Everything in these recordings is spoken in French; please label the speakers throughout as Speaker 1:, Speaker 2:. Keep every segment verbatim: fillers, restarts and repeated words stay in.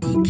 Speaker 1: politique.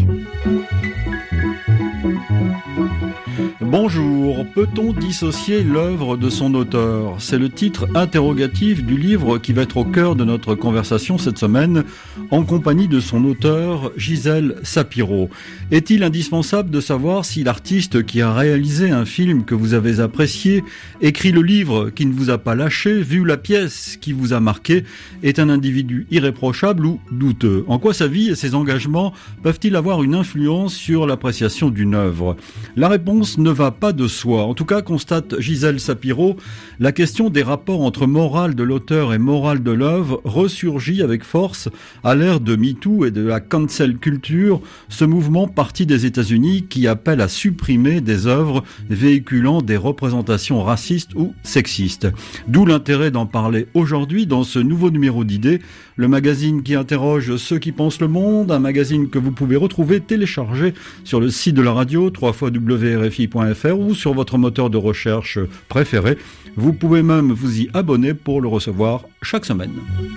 Speaker 2: Bonjour, peut-on dissocier l'œuvre de son auteur ? C'est le titre interrogatif du livre qui va être au cœur de notre conversation cette semaine, en compagnie de son auteur, Gisèle Sapiro. Est-il indispensable de savoir si l'artiste qui a réalisé un film que vous avez apprécié, écrit le livre qui ne vous a pas lâché, vu la pièce qui vous a marqué, est un individu irréprochable ou douteux ? En quoi sa vie et ses engagements peuvent-ils avoir une influence sur l'appréciation d'une œuvre ? La réponse ne va pas de soi. En tout cas, constate Gisèle Sapiro, la question des rapports entre morale de l'auteur et morale de l'œuvre ressurgit avec force à l'ère de MeToo et de la cancel culture, ce mouvement parti des États-Unis qui appelle à supprimer des œuvres véhiculant des représentations racistes ou sexistes. D'où l'intérêt d'en parler aujourd'hui dans ce nouveau numéro d'Idées, le magazine qui interroge ceux qui pensent le monde, un magazine que vous pouvez retrouver téléchargé sur le site de la radio, w w w point r f i point f r ou sur votre moteur de recherche préféré. Vous pouvez même vous y abonner pour le recevoir chaque semaine.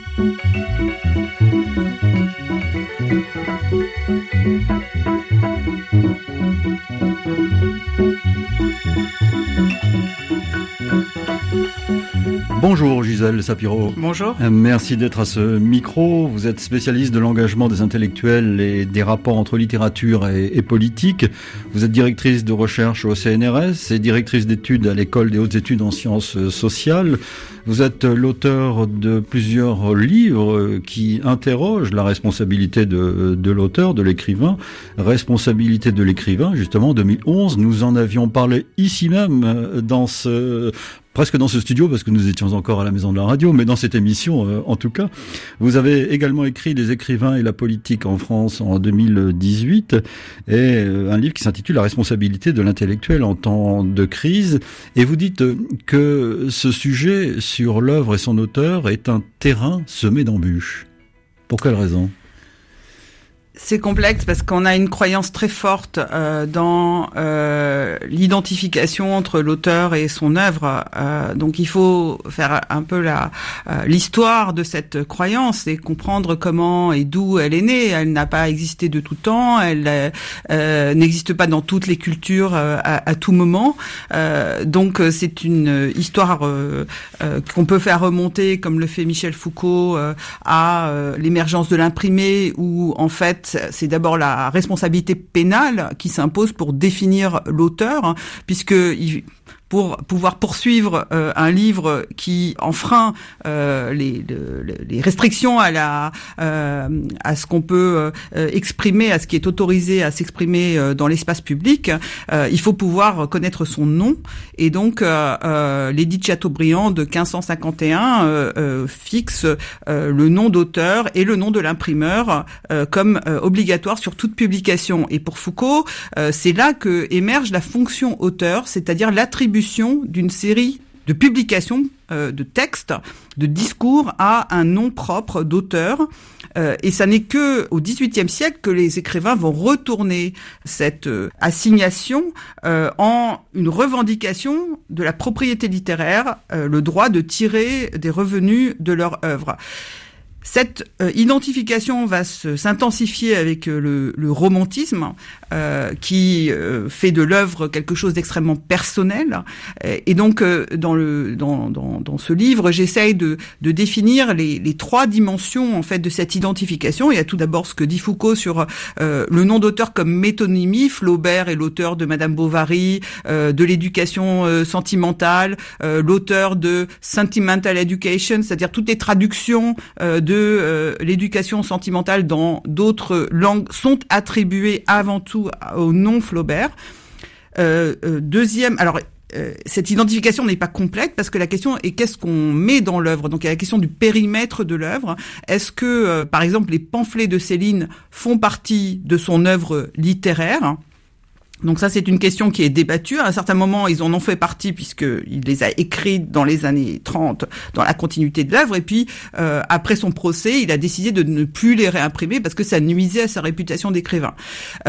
Speaker 2: Bonjour Gisèle Sapiro.
Speaker 3: Bonjour.
Speaker 2: Merci d'être à ce micro. Vous êtes spécialiste de l'engagement des intellectuels et des rapports entre littérature et, et politique. Vous êtes directrice de recherche au C N R S et directrice d'études à l'École des hautes études en sciences sociales. Vous êtes l'auteur de plusieurs livres qui interrogent la responsabilité de, de l'auteur, de l'écrivain. Responsabilité de l'écrivain, justement, en deux mille onze. Nous en avions parlé ici même dans ce... presque dans ce studio, parce que nous étions encore à la maison de la radio, mais dans cette émission, euh, en tout cas. Vous avez également écrit Les écrivains et la politique en France en deux mille dix-huit, et euh, un livre qui s'intitule La responsabilité de l'intellectuel en temps de crise. Et vous dites que ce sujet sur l'œuvre et son auteur est un terrain semé d'embûches. Pour quelle raison ?
Speaker 3: C'est complexe parce qu'on a une croyance très forte euh, dans euh, l'identification entre l'auteur et son œuvre. Euh, donc il faut faire un peu la euh, l'histoire de cette croyance et comprendre comment et d'où elle est née. Elle n'a pas existé de tout temps. Elle euh, n'existe pas dans toutes les cultures euh, à, à tout moment. Euh, donc c'est une histoire euh, euh, qu'on peut faire remonter, comme le fait Michel Foucault, euh, à euh, l'émergence de l'imprimé, où en fait c'est d'abord la responsabilité pénale qui s'impose pour définir l'auteur, hein, puisque il, pour pouvoir poursuivre euh, un livre qui enfreint euh, les, les, les restrictions à la euh, à ce qu'on peut euh, exprimer, à ce qui est autorisé à s'exprimer euh, dans l'espace public, euh, il faut pouvoir connaître son nom. Et donc euh, euh, l'édit de Chateaubriand de quinze cent cinquante et un euh, euh, fixe euh, le nom d'auteur et le nom de l'imprimeur euh, comme euh, obligatoire sur toute publication. Et pour Foucault, euh, c'est là que émerge la fonction auteur, c'est-à-dire l'attribution d'une série de publications, euh, de textes, de discours à un nom propre d'auteur. Euh, et ça n'est que au dix-huitième siècle que les écrivains vont retourner cette euh, assignation euh, en une revendication de la propriété littéraire, euh, le droit de tirer des revenus de leur œuvre. Cette euh, identification va se, s'intensifier avec euh, le, le romantisme euh, qui euh, fait de l'œuvre quelque chose d'extrêmement personnel. Et donc, euh, dans, le, dans, dans, dans ce livre, j'essaye de, de définir les, les trois dimensions en fait de cette identification. Il y a tout d'abord ce que dit Foucault sur euh, le nom d'auteur comme métonymie. Flaubert est l'auteur de Madame Bovary, euh, de l'éducation euh, sentimentale, euh, l'auteur de Sentimental Education, c'est-à-dire toutes les traductions euh, de de euh, l'éducation sentimentale dans d'autres langues sont attribuées avant tout au nom Flaubert. Euh, euh, deuxième, alors euh, cette identification n'est pas complète parce que la question est qu'est-ce qu'on met dans l'œuvre. Donc il y a la question du périmètre de l'œuvre. Est-ce que, euh, par exemple, les pamphlets de Céline font partie de son œuvre littéraire ? Donc ça, c'est une question qui est débattue. À un certain moment, ils en ont fait partie puisqu'il les a écrits dans les années trente, dans la continuité de l'œuvre. Et puis, euh, après son procès, il a décidé de ne plus les réimprimer parce que ça nuisait à sa réputation d'écrivain. Euh,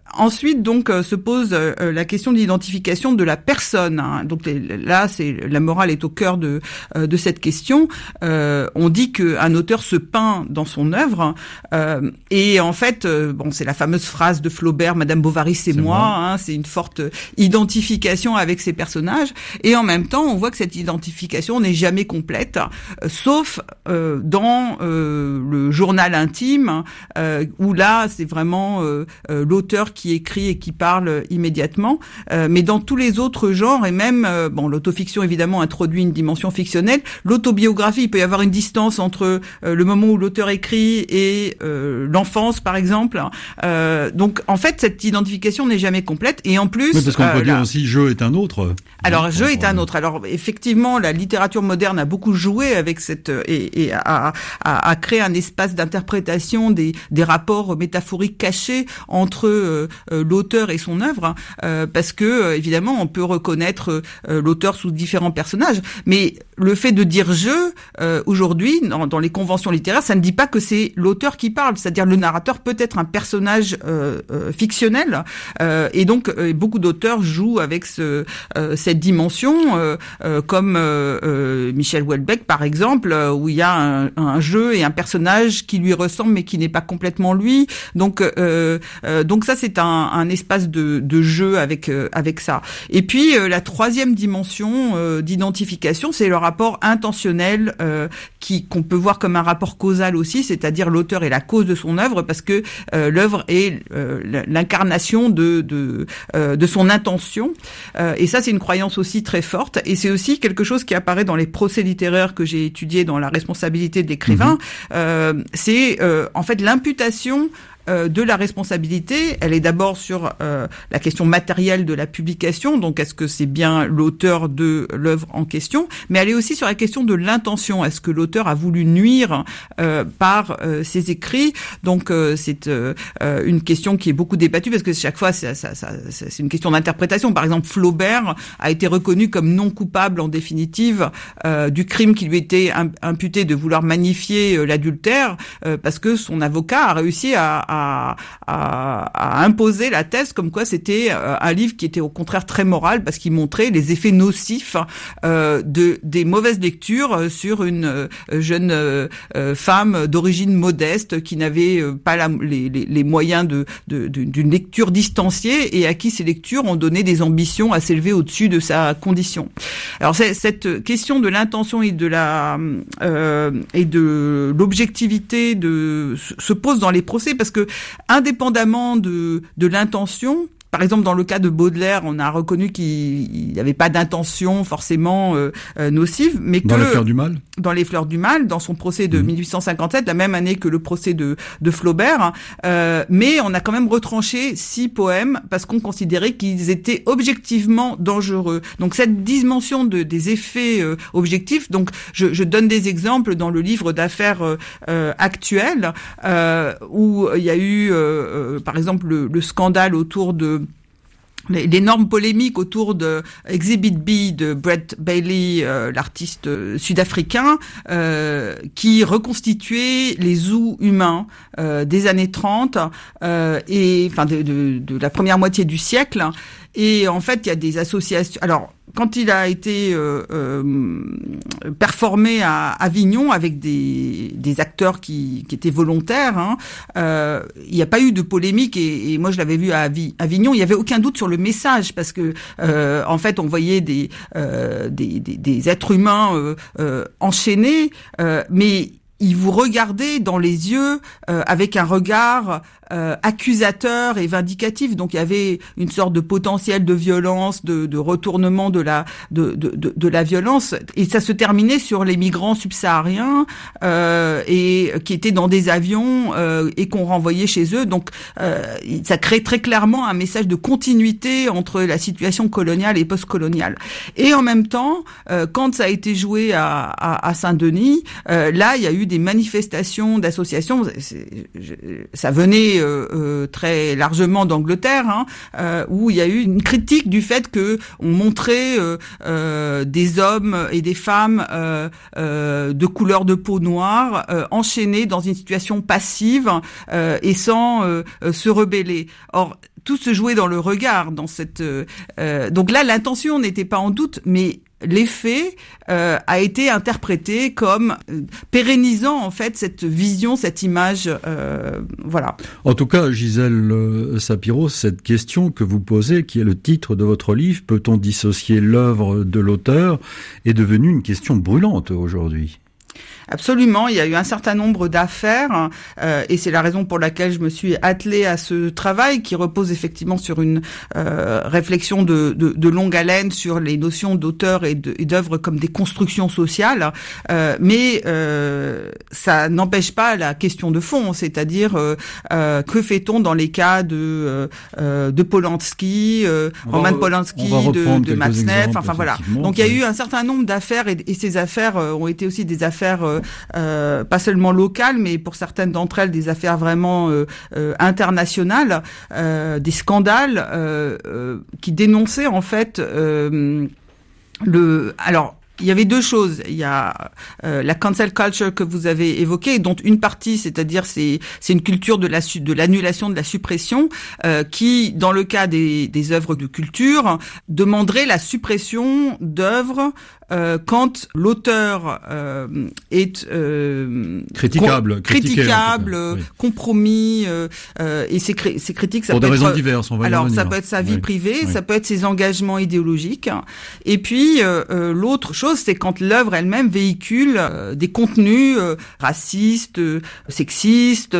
Speaker 3: Ensuite, donc, euh, se pose euh, la question de l'identification de la personne. Hein. Donc là, c'est la morale est au cœur de euh, de cette question. Euh, on dit qu'un auteur se peint dans son œuvre, euh, et en fait, euh, bon, c'est la fameuse phrase de Flaubert, Madame Bovary, c'est, c'est moi. moi. Hein, c'est une forte identification avec ses personnages, et en même temps, on voit que cette identification n'est jamais complète, euh, sauf euh, dans euh, le journal intime, euh, où là, c'est vraiment euh, euh, l'auteur qui écrit et qui parle immédiatement, euh, mais dans tous les autres genres, et même, euh, bon, l'autofiction évidemment introduit une dimension fictionnelle, l'autobiographie, il peut y avoir une distance entre euh, le moment où l'auteur écrit et euh, l'enfance, par exemple. Euh, donc, en fait, cette identification n'est jamais complète, et en plus...
Speaker 2: Oui, parce qu'on
Speaker 3: euh,
Speaker 2: peut dire
Speaker 3: là,
Speaker 2: aussi « je est un autre ».
Speaker 3: Alors, je est un autre. Alors, effectivement, la littérature moderne a beaucoup joué avec cette... et, et a, a, a créé un espace d'interprétation des, des rapports métaphoriques cachés entre euh, Euh, l'auteur et son œuvre, euh, parce que euh, évidemment on peut reconnaître euh, l'auteur sous différents personnages, mais le fait de dire je euh, aujourd'hui dans, dans les conventions littéraires, ça ne dit pas que c'est l'auteur qui parle, c'est-à-dire le narrateur peut être un personnage euh, euh, fictionnel, euh, et donc euh, beaucoup d'auteurs jouent avec ce, euh, cette dimension, euh, euh, comme euh, euh, Michel Houellebecq par exemple, où il y a un, un jeu et un personnage qui lui ressemble mais qui n'est pas complètement lui, donc euh, euh, donc ça c'est un, un espace de, de jeu avec euh, avec ça. Et puis euh, la troisième dimension euh, d'identification, c'est le rapport intentionnel euh, qui qu'on peut voir comme un rapport causal aussi, c'est-à-dire l'auteur est la cause de son œuvre parce que euh, l'œuvre est euh, l'incarnation de de euh, de son intention. Euh, et ça c'est une croyance aussi très forte. Et c'est aussi quelque chose qui apparaît dans les procès littéraires que j'ai étudiés dans la responsabilité de l'écrivain. Mmh. Euh, c'est euh, en fait l'imputation de la responsabilité. Elle est d'abord sur euh, la question matérielle de la publication, donc est-ce que c'est bien l'auteur de l'œuvre en question, mais elle est aussi sur la question de l'intention. Est-ce que l'auteur a voulu nuire euh, par euh, ses écrits? Donc euh, c'est euh, une question qui est beaucoup débattue parce que chaque fois ça, ça, ça, c'est une question d'interprétation. Par exemple, Flaubert a été reconnu comme non coupable en définitive euh, du crime qui lui était imputé de vouloir magnifier euh, l'adultère euh, parce que son avocat a réussi à, à À, à, à imposer la thèse comme quoi c'était euh, un livre qui était au contraire très moral parce qu'il montrait les effets nocifs euh, de des mauvaises lectures sur une euh, jeune euh, femme d'origine modeste qui n'avait euh, pas la, les, les, les moyens de, de, de d'une lecture distanciée et à qui ces lectures ont donné des ambitions à s'élever au-dessus de sa condition. Alors c'est, cette question de l'intention et de la euh, et de l'objectivité de se pose dans les procès parce que indépendamment de, de l'intention, par exemple, dans le cas de Baudelaire, on a reconnu qu'il n'y avait pas d'intention forcément euh, euh, nocive, mais
Speaker 2: dans
Speaker 3: que...
Speaker 2: Dans les Fleurs du Mal.
Speaker 3: Dans les Fleurs du Mal, dans son procès de mmh. mille huit cent cinquante-sept, la même année que le procès de, de Flaubert, euh, mais on a quand même retranché six poèmes parce qu'on considérait qu'ils étaient objectivement dangereux. Donc cette dimension de, des effets euh, objectifs, donc je, je donne des exemples dans le livre d'affaires euh, euh, actuel, euh, où il y a eu, euh, euh, par exemple, le, le scandale autour de l'énorme polémique autour de Exhibit B de Brett Bailey, euh, l'artiste sud-africain, euh, qui reconstituait les zoos humains euh, des années trente euh, et enfin de, de, de la première moitié du siècle. Et en fait, il y a des associations. Alors, quand il a été euh, euh, performé à Avignon avec des, des acteurs qui, qui étaient volontaires, hein, euh, il n'y a pas eu de polémique. Et, et moi, je l'avais vu à Avignon. Il n'y avait aucun doute sur le message parce que, euh, en fait, on voyait des euh, des, des, des êtres humains euh, euh, enchaînés, euh, mais ils vous regardaient dans les yeux euh, avec un regard euh, accusateur et vindicatif. Donc il y avait une sorte de potentiel de violence, de, de retournement de la de, de, de, de la violence, et ça se terminait sur les migrants subsahariens euh, et qui étaient dans des avions euh, et qu'on renvoyait chez eux. Donc euh, ça crée très clairement un message de continuité entre la situation coloniale et post-coloniale. Et en même temps, euh, quand ça a été joué à, à, à Saint-Denis, euh, là il y a eu des manifestations d'associations. Ça venait euh, euh, très largement d'Angleterre, hein, euh, où il y a eu une critique du fait que on montrait euh, euh, des hommes et des femmes euh, euh, de couleur de peau noire euh, enchaînés dans une situation passive euh, et sans euh, euh, se rebeller. Or, tout se jouait dans le regard, dans cette. Euh, donc là, l'intention n'était pas en doute, mais l'effet euh, a été interprété comme euh, pérennisant en fait cette vision, cette image, euh, voilà.
Speaker 2: En tout cas, Gisèle euh, Sapiro, cette question que vous posez, qui est le titre de votre livre, peut-on dissocier l'œuvre de l'auteur, est devenue une question brûlante aujourd'hui.
Speaker 3: Absolument, il y a eu un certain nombre d'affaires euh, et c'est la raison pour laquelle je me suis attelée à ce travail qui repose effectivement sur une euh, réflexion de, de, de longue haleine sur les notions d'auteur et, de, et d'œuvre comme des constructions sociales, euh, mais euh, ça n'empêche pas la question de fond, c'est-à-dire euh, euh, que fait-on dans les cas de euh, de Polanski, euh, Roman Polanski, de, de Matzneff, enfin voilà. Donc il y a eu un certain nombre d'affaires et, et ces affaires euh, ont été aussi des affaires euh, Euh, pas seulement locales, mais pour certaines d'entre elles des affaires vraiment euh, euh, internationales, euh, des scandales euh, euh, qui dénonçaient en fait euh, le. Alors. Il y avait deux choses. Il y a euh, la cancel culture que vous avez évoquée, dont une partie, c'est-à-dire c'est c'est une culture de la de l'annulation, de la suppression, euh, qui, dans le cas des des œuvres de culture, demanderait la suppression d'œuvres euh, quand l'auteur euh, est euh,
Speaker 2: critiquable,
Speaker 3: com- critiquable,
Speaker 2: oui.
Speaker 3: compromis, euh, euh, et ces, cri- ces critiques, ça
Speaker 2: pour
Speaker 3: peut
Speaker 2: des
Speaker 3: être,
Speaker 2: raisons diverses. On va
Speaker 3: alors
Speaker 2: y
Speaker 3: ça peut être sa vie
Speaker 2: oui.
Speaker 3: privée,
Speaker 2: oui.
Speaker 3: ça peut être ses engagements idéologiques, et puis euh, euh, l'autre chose, c'est quand l'œuvre elle-même véhicule euh, des contenus euh, racistes, euh, sexistes,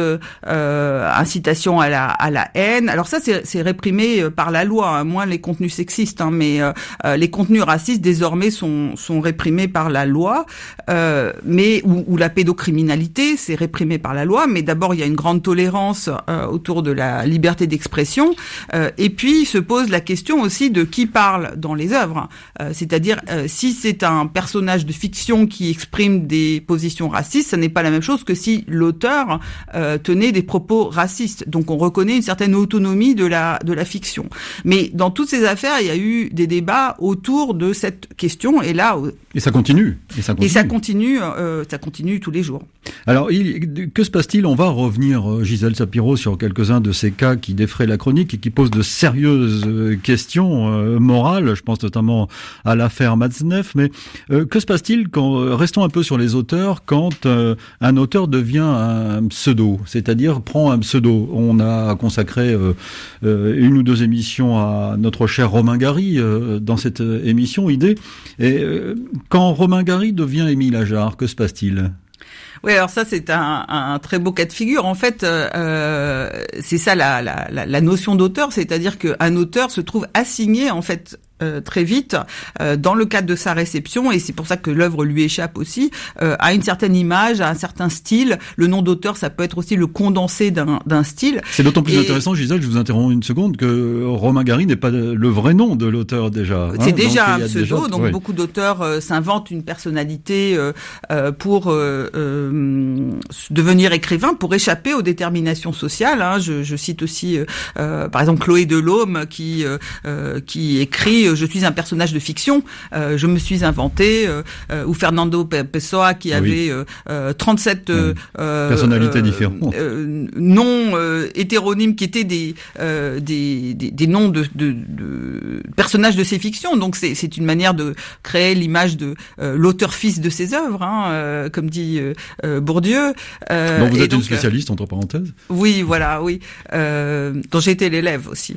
Speaker 3: euh, incitation à la à la haine. Alors ça, c'est, c'est réprimé euh, par la loi, hein, moins les contenus sexistes, hein, mais euh, euh, les contenus racistes désormais sont sont réprimés par la loi, euh, mais ou, ou la pédocriminalité, c'est réprimé par la loi. Mais d'abord, il y a une grande tolérance euh, autour de la liberté d'expression, euh, et puis se pose la question aussi de qui parle dans les œuvres, euh, c'est-à-dire euh, si c'est un personnage de fiction qui exprime des positions racistes, ça n'est pas la même chose que si l'auteur euh, tenait des propos racistes. Donc on reconnaît une certaine autonomie de la de la fiction. Mais dans toutes ces affaires, il y a eu des débats autour de cette question, et là
Speaker 2: et ça continue et ça continue
Speaker 3: et ça continue, euh, ça continue tous les jours.
Speaker 2: Alors il, que se passe-t-il? On va revenir, Gisèle Sapiro, sur quelques-uns de ces cas qui défraient la chronique et qui posent de sérieuses questions euh, morales. Je pense notamment à l'affaire Matzneff, mais euh, que se passe-t-il quand, euh, restons un peu sur les auteurs, quand euh, un auteur devient un pseudo, c'est-à-dire prend un pseudo. On a consacré euh, euh, une ou deux émissions à notre cher Romain Gary euh, dans cette euh, émission Idée. Et euh, quand Romain Gary devient Émile Ajar, que se passe-t-il?
Speaker 3: Oui, alors ça c'est un, un très beau cas de figure. En fait, euh, c'est ça la, la, la notion d'auteur, c'est-à-dire qu'un auteur se trouve assigné en fait Euh, très vite euh, dans le cadre de sa réception, et c'est pour ça que l'œuvre lui échappe aussi, euh, à une certaine image, à un certain style. Le nom d'auteur, ça peut être aussi le condensé d'un, d'un style.
Speaker 2: C'est d'autant plus
Speaker 3: et
Speaker 2: intéressant, Gisèle, je vous interromps une seconde, que Romain Gary n'est pas le vrai nom de l'auteur déjà.
Speaker 3: C'est
Speaker 2: hein,
Speaker 3: déjà
Speaker 2: donc,
Speaker 3: un pseudo, déjà, donc
Speaker 2: oui.
Speaker 3: beaucoup d'auteurs euh, s'inventent une personnalité euh, euh, pour euh, euh, devenir écrivain, pour échapper aux déterminations sociales. Hein. Je, je cite aussi, euh, euh, par exemple, Chloé Delhomme qui euh, euh, qui écrit « Je suis un personnage de fiction, euh, je me suis inventé euh, », euh, ou Fernando Pessoa qui avait oui. euh, trente-sept euh,
Speaker 2: euh, personnalités euh, différentes,
Speaker 3: euh, noms euh, hétéronymes qui étaient des euh, des, des des noms de, de, de personnages de ses fictions. Donc c'est c'est une manière de créer l'image de euh, l'auteur-fils de ses œuvres, hein, euh, comme dit euh, Bourdieu.
Speaker 2: Euh, donc vous êtes donc, une spécialiste, entre parenthèses.
Speaker 3: Oui, voilà, oui. Euh, dont j'ai été l'élève aussi,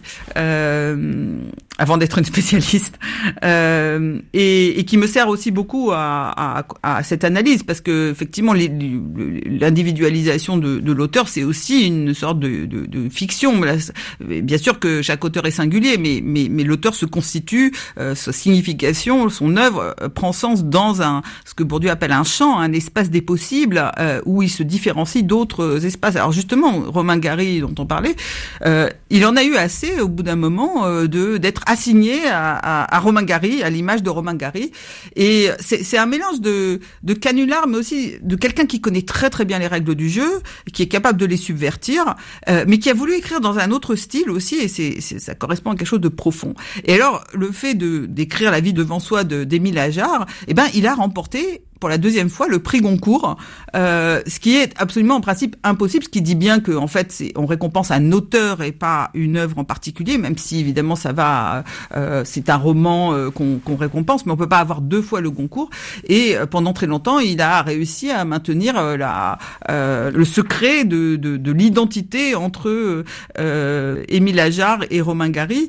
Speaker 3: euh, avant d'être une spécialiste, euh, et, et qui me sert aussi beaucoup à, à, à cette analyse, parce que effectivement l'individualisation de, de l'auteur, c'est aussi une sorte de, de, de fiction. Bien sûr que chaque auteur est singulier, mais, mais, mais l'auteur se constitue, euh, sa signification, son œuvre euh, prend sens dans un ce que Bourdieu appelle un champ, un espace des possibles, euh, où il se différencie d'autres espaces. Alors justement, Romain Gary, dont on parlait, euh, il en a eu assez au bout d'un moment euh, de d'être assigné à à, à, à Romain Gary, à l'image de Romain Gary. Et c'est, c'est un mélange de, de canular, mais aussi de quelqu'un qui connaît très très bien les règles du jeu, qui est capable de les subvertir, euh, mais qui a voulu écrire dans un autre style aussi, et c'est, c'est, ça correspond à quelque chose de profond. Et alors, le fait de d'écrire La vie devant soi de, d'Émile Ajar, eh ben, il a remporté pour la deuxième fois le prix Goncourt, euh, ce qui est absolument en principe impossible, ce qui dit bien que en fait c'est, on récompense un auteur et pas une œuvre en particulier, même si évidemment ça va, euh, c'est un roman euh, qu'on, qu'on récompense, mais on peut pas avoir deux fois le Goncourt. Et euh, pendant très longtemps, il a réussi à maintenir euh, la, euh, le secret de, de, de l'identité entre euh, Émile Ajar et Romain Gary.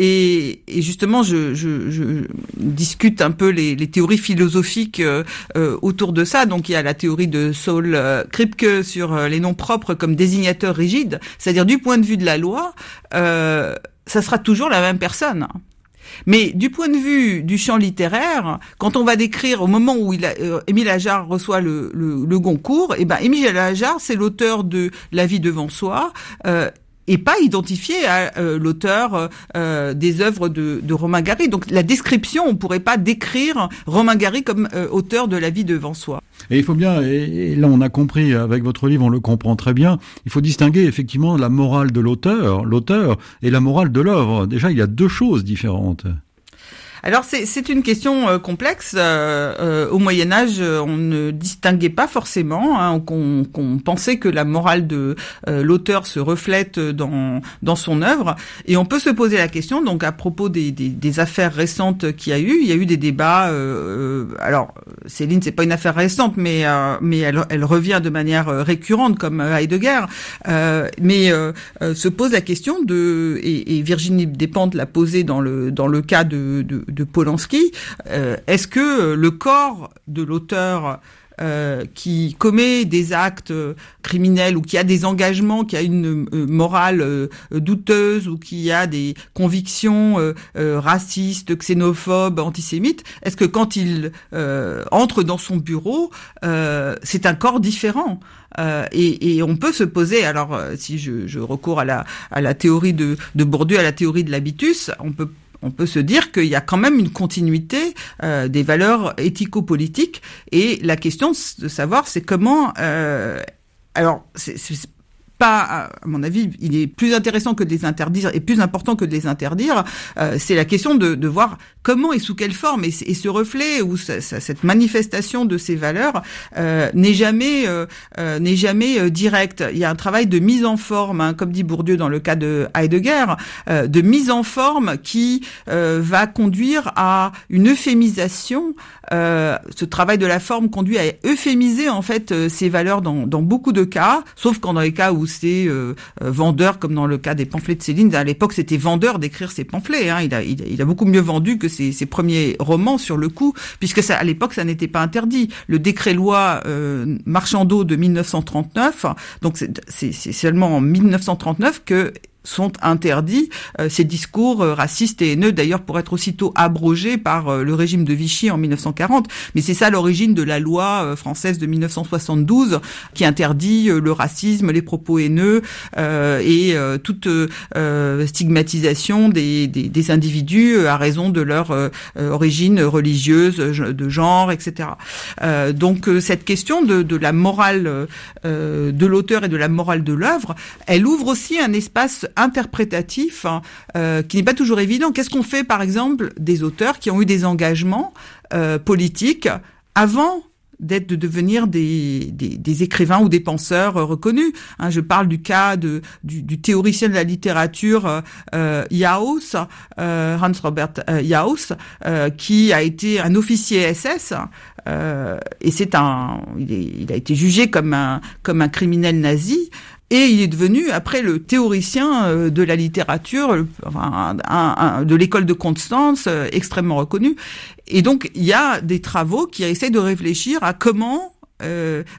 Speaker 3: Et, et justement, je, je, je discute un peu les, les théories philosophiques euh, autour de ça. Donc il y a la théorie de Saul euh, Kripke sur euh, les noms propres comme désignateurs rigides, c'est-à-dire du point de vue de la loi, euh, ça sera toujours la même personne. Mais du point de vue du champ littéraire, quand on va décrire au moment où il a, euh, Émile Ajar reçoit le, le, le Goncourt, et ben Émile Ajar c'est l'auteur de La vie devant soi. Euh, et pas identifié à euh, l'auteur euh, des œuvres de, de Romain Gary. Donc la description, on pourrait pas décrire Romain Gary comme euh, auteur de La vie devant soi.
Speaker 2: Et il faut bien, et là on a compris, avec votre livre on le comprend très bien, il faut distinguer effectivement la morale de l'auteur, l'auteur, et la morale de l'œuvre. Déjà, il y a deux choses différentes.
Speaker 3: Alors c'est, c'est une question euh, complexe. Euh, euh, au Moyen Âge, on ne distinguait pas forcément. Hein, qu'on, qu'on pensait que la morale de euh, l'auteur se reflète dans dans son œuvre. Et on peut se poser la question. Donc à propos des des, des affaires récentes qu'il y a eu, il y a eu des débats. Euh, alors Céline, c'est pas une affaire récente, mais euh, mais elle elle revient de manière récurrente comme Heidegger. Euh, mais euh, euh, se pose la question de et, et Virginie Despentes l'a posé dans le dans le cas de, de de Polanski, euh, est-ce que le corps de l'auteur euh, qui commet des actes criminels ou qui a des engagements, qui a une euh, morale euh, douteuse ou qui a des convictions euh, euh, racistes, xénophobes, antisémites, est-ce que quand il euh, entre dans son bureau, euh, c'est un corps différent? Euh, et, et on peut se poser, alors si je, je recours à la, à la théorie de, de Bourdieu, à la théorie de l'habitus, on peut on peut se dire qu'il y a quand même une continuité euh, des valeurs éthico-politiques, et la question de savoir c'est comment euh, alors c'est, c'est pas, à mon avis, il est plus intéressant que de les interdire et plus important que de les interdire. Euh, c'est la question de, de voir comment et sous quelle forme, et, et ce reflet ou ce, cette manifestation de ces valeurs euh, n'est jamais euh, euh, n'est jamais euh, direct. Il y a un travail de mise en forme, hein, comme dit Bourdieu dans le cas de Heidegger, euh, de mise en forme qui euh, va conduire à une euphémisation. Euh, ce travail de la forme conduit à euphémiser en fait euh, ces valeurs dans, dans beaucoup de cas, sauf quand dans les cas où c'est euh, euh, vendeur, comme dans le cas des pamphlets de Céline. À l'époque, c'était vendeur d'écrire ses pamphlets. Hein. Il a, il a, il a beaucoup mieux vendu que ses, ses premiers romans sur le coup, puisque ça, à l'époque, ça n'était pas interdit. Le décret-loi euh, Marchandeau de mille neuf cent trente-neuf, donc c'est, c'est, c'est seulement en mille neuf cent trente-neuf que sont interdits euh, ces discours euh, racistes et haineux, d'ailleurs pour être aussitôt abrogés par euh, le régime de Vichy en mille neuf cent quarante. Mais c'est ça l'origine de la loi euh, française de mille neuf cent soixante-douze qui interdit euh, le racisme, les propos haineux euh, et euh, toute euh, stigmatisation des, des, des individus euh, à raison de leur euh, origine religieuse, de genre, et cetera. Euh, donc euh, cette question de, de la morale euh, de l'auteur et de la morale de l'œuvre, elle ouvre aussi un espace interprétatif hein, euh, qui n'est pas toujours évident. Qu'est-ce qu'on fait, par exemple, des auteurs qui ont eu des engagements euh, politiques avant d'être de devenir des, des, des écrivains ou des penseurs euh, reconnus. Hein, je parle du cas de du, du théoricien de la littérature euh, Jauss, euh, Hans Robert euh, Jauss, euh, qui a été un officier S S. Euh, et c'est un, il, est, il a été jugé comme un comme un criminel nazi. Et il est devenu, après, le théoricien de la littérature, enfin, un, un, de l'école de Constance, euh, extrêmement reconnu. Et donc, il y a des travaux qui essaient de réfléchir à comment... Euh,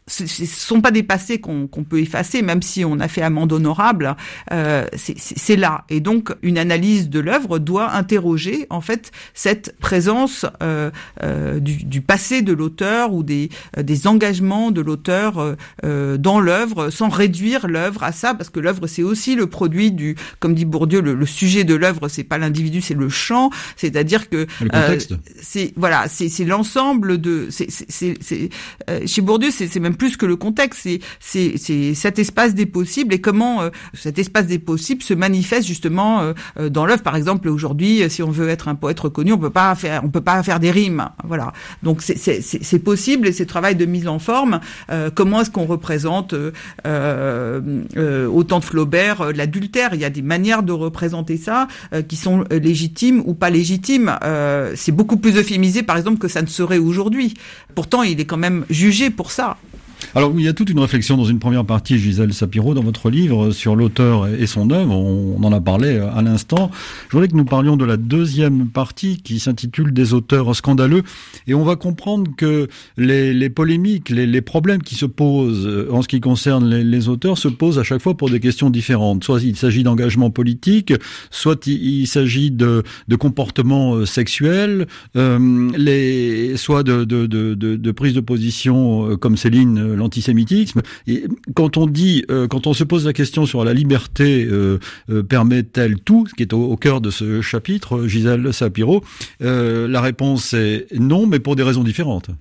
Speaker 3: ce ne sont pas des passés qu'on, qu'on peut effacer, même si on a fait amende honorable. Euh, c'est, c'est, c'est là. Et donc, une analyse de l'œuvre doit interroger, en fait, cette présence euh, euh, du, du passé de l'auteur ou des, euh, des engagements de l'auteur euh, dans l'œuvre, sans réduire l'œuvre à ça, parce que l'œuvre, c'est aussi le produit du, comme dit Bourdieu, le, le sujet de l'œuvre, c'est pas l'individu, c'est le champ. C'est-à-dire que
Speaker 2: le contexte.
Speaker 3: Euh, c'est voilà, c'est, c'est l'ensemble de. C'est, c'est, c'est, c'est euh, chez Bourdieu, c'est, c'est même plus que le contexte. C'est, c'est, c'est cet espace des possibles et comment euh, cet espace des possibles se manifeste justement euh, dans l'œuvre. Par exemple, aujourd'hui, si on veut être un poète reconnu, on peut pas faire, on peut pas faire des rimes. Voilà. Donc c'est, c'est, c'est, c'est possible et c'est travail de mise en forme. Euh, comment est-ce qu'on représente euh, euh, au temps de Flaubert euh, l'adultère? Il y a des manières de représenter ça euh, qui sont légitimes ou pas légitimes. Euh, c'est beaucoup plus euphémisé, par exemple, que ça ne serait aujourd'hui. Pourtant, il est quand même jugé pour ça.
Speaker 2: Alors, il y a toute une réflexion dans une première partie, Gisèle Sapiro, dans votre livre, sur l'auteur et son œuvre. On en a parlé à l'instant. Je voudrais que nous parlions de la deuxième partie qui s'intitule « Des auteurs scandaleux ». Et on va comprendre que les, les polémiques, les, les problèmes qui se posent en ce qui concerne les, les auteurs se posent à chaque fois pour des questions différentes. Soit il s'agit d'engagement politique, soit il, il s'agit de, de comportements sexuels, euh, les, soit de, de, de, de, de prise de position comme Céline, l'antisémitisme. Et quand on dit, euh, quand on se pose la question sur la liberté, euh, euh, permet-elle tout, ce qui est au, au cœur de ce chapitre, Gisèle Sapiro, euh, la réponse est non, mais pour des raisons différentes.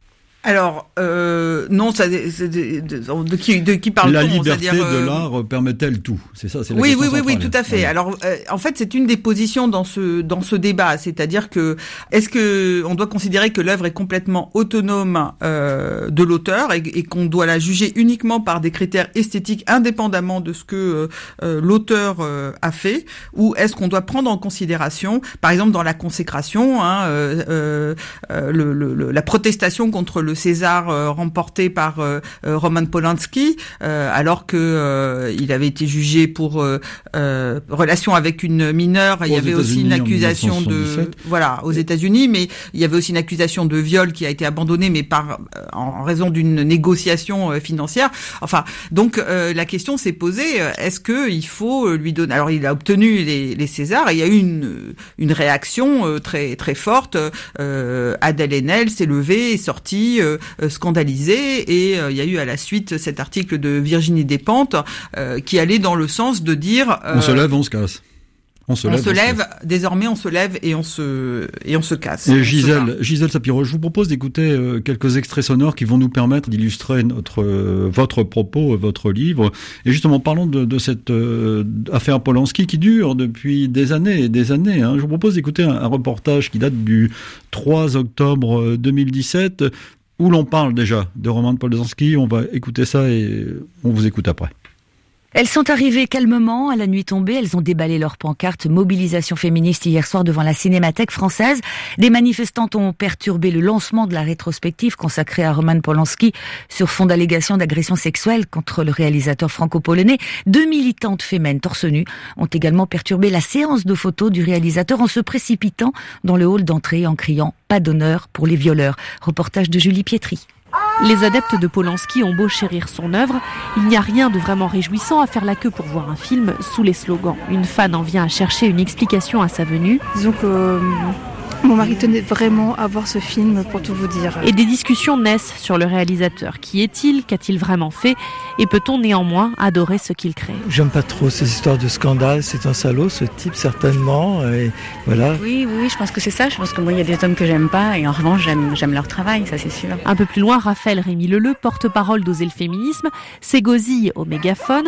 Speaker 3: Alors, euh, non, ça, c'est de, de, de qui, de qui parle-t-on?
Speaker 2: La liberté
Speaker 3: C'est-à-dire, euh...
Speaker 2: de l'art permet-elle tout? C'est ça, c'est la
Speaker 3: oui,
Speaker 2: question
Speaker 3: oui, oui,
Speaker 2: centrale.
Speaker 3: oui, tout à fait. Oui. Alors, euh, en fait, c'est une des positions dans ce dans ce débat, c'est-à-dire que est-ce que on doit considérer que l'œuvre est complètement autonome euh, de l'auteur et, et qu'on doit la juger uniquement par des critères esthétiques indépendamment de ce que euh, l'auteur euh, a fait, ou est-ce qu'on doit prendre en considération, par exemple, dans la consécration, hein, euh, euh, le, le, le, la protestation contre le César euh, remporté par euh, Roman Polanski, euh, alors que euh, il avait été jugé pour euh, euh, relation avec une mineure. Il y avait aussi une accusation de voilà aux États-Unis, mais il y avait aussi une accusation de viol qui a été abandonnée, mais par en raison d'une négociation euh, financière. Enfin, donc euh, la question s'est posée est-ce que il faut lui donner? Alors, il a obtenu les, les Césars et il y a eu une une réaction euh, très très forte. Euh, Adèle Haenel s'est levée, est sortie. Euh, scandalisé et euh, il y a eu à la suite cet article de Virginie Despentes euh, qui allait dans le sens de dire
Speaker 2: euh, on se lève, on se casse. On se
Speaker 3: on
Speaker 2: lève,
Speaker 3: se
Speaker 2: on
Speaker 3: lève
Speaker 2: se casse.
Speaker 3: Désormais on se lève et on se et on se casse.
Speaker 2: Et Gisèle, Gisèle Sapiro, je vous propose d'écouter euh, quelques extraits sonores qui vont nous permettre d'illustrer notre euh, votre propos, votre livre. Et justement, parlons de, de cette euh, affaire Polanski qui dure depuis des années et des années. Hein. Je vous propose d'écouter un, un reportage qui date du trois octobre deux mille dix-sept. Où l'on parle déjà de Roman Polanski. On va écouter ça et on vous écoute après.
Speaker 1: Elles sont arrivées calmement à la nuit tombée. Elles ont déballé leur pancarte mobilisation féministe hier soir devant la Cinémathèque française. Des manifestantes ont perturbé le lancement de la rétrospective consacrée à Roman Polanski sur fond d'allégations d'agression sexuelle contre le réalisateur franco-polonais. Deux militantes fémènes torse nu ont également perturbé la séance de photos du réalisateur en se précipitant dans le hall d'entrée en criant « Pas d'honneur pour les violeurs ». Reportage de Julie Pietri.
Speaker 4: Les adeptes de Polanski ont beau chérir son œuvre, il n'y a rien de vraiment réjouissant à faire la queue pour voir un film sous les slogans. Une fan en vient à chercher une explication à sa venue.
Speaker 5: Disons que euh, mon mari tenait vraiment à voir ce film, pour tout vous dire.
Speaker 4: Et des discussions naissent sur le réalisateur. Qui est-il? Qu'a-t-il vraiment fait? Et peut-on néanmoins adorer ce qu'il crée?
Speaker 6: J'aime pas trop ces histoires de scandale, c'est un salaud ce type certainement, et voilà.
Speaker 7: Oui, oui, je pense que c'est ça, je pense que moi il y a des hommes que j'aime pas, et en revanche j'aime, j'aime leur travail, ça c'est sûr.
Speaker 4: Un peu plus loin, Raphaël Rémy Leleu, porte-parole d'Oser le féminisme, s'égosille au mégaphone.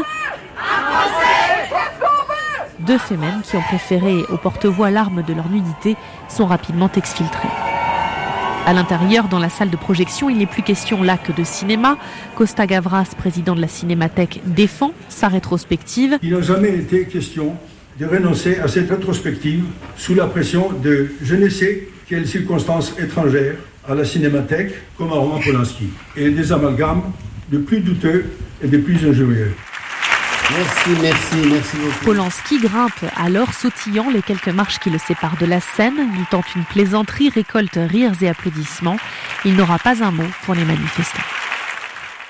Speaker 4: Deux fémènes qui ont préféré au porte-voix l'arme de leur nudité sont rapidement exfiltrées. À l'intérieur, dans la salle de projection, il n'est plus question là que de cinéma. Costa Gavras, président de la Cinémathèque, défend sa rétrospective.
Speaker 8: Il n'a jamais été question de renoncer à cette rétrospective sous la pression de je ne sais quelles circonstances étrangères à la Cinémathèque comme à Roman Polanski et des amalgames de plus douteux et de plus injurieux.
Speaker 9: Merci, merci, merci beaucoup.
Speaker 4: Polanski grimpe alors, sautillant les quelques marches qui le séparent de la scène. Il tente une plaisanterie, récolte rires et applaudissements. Il n'aura pas un mot pour les manifestants.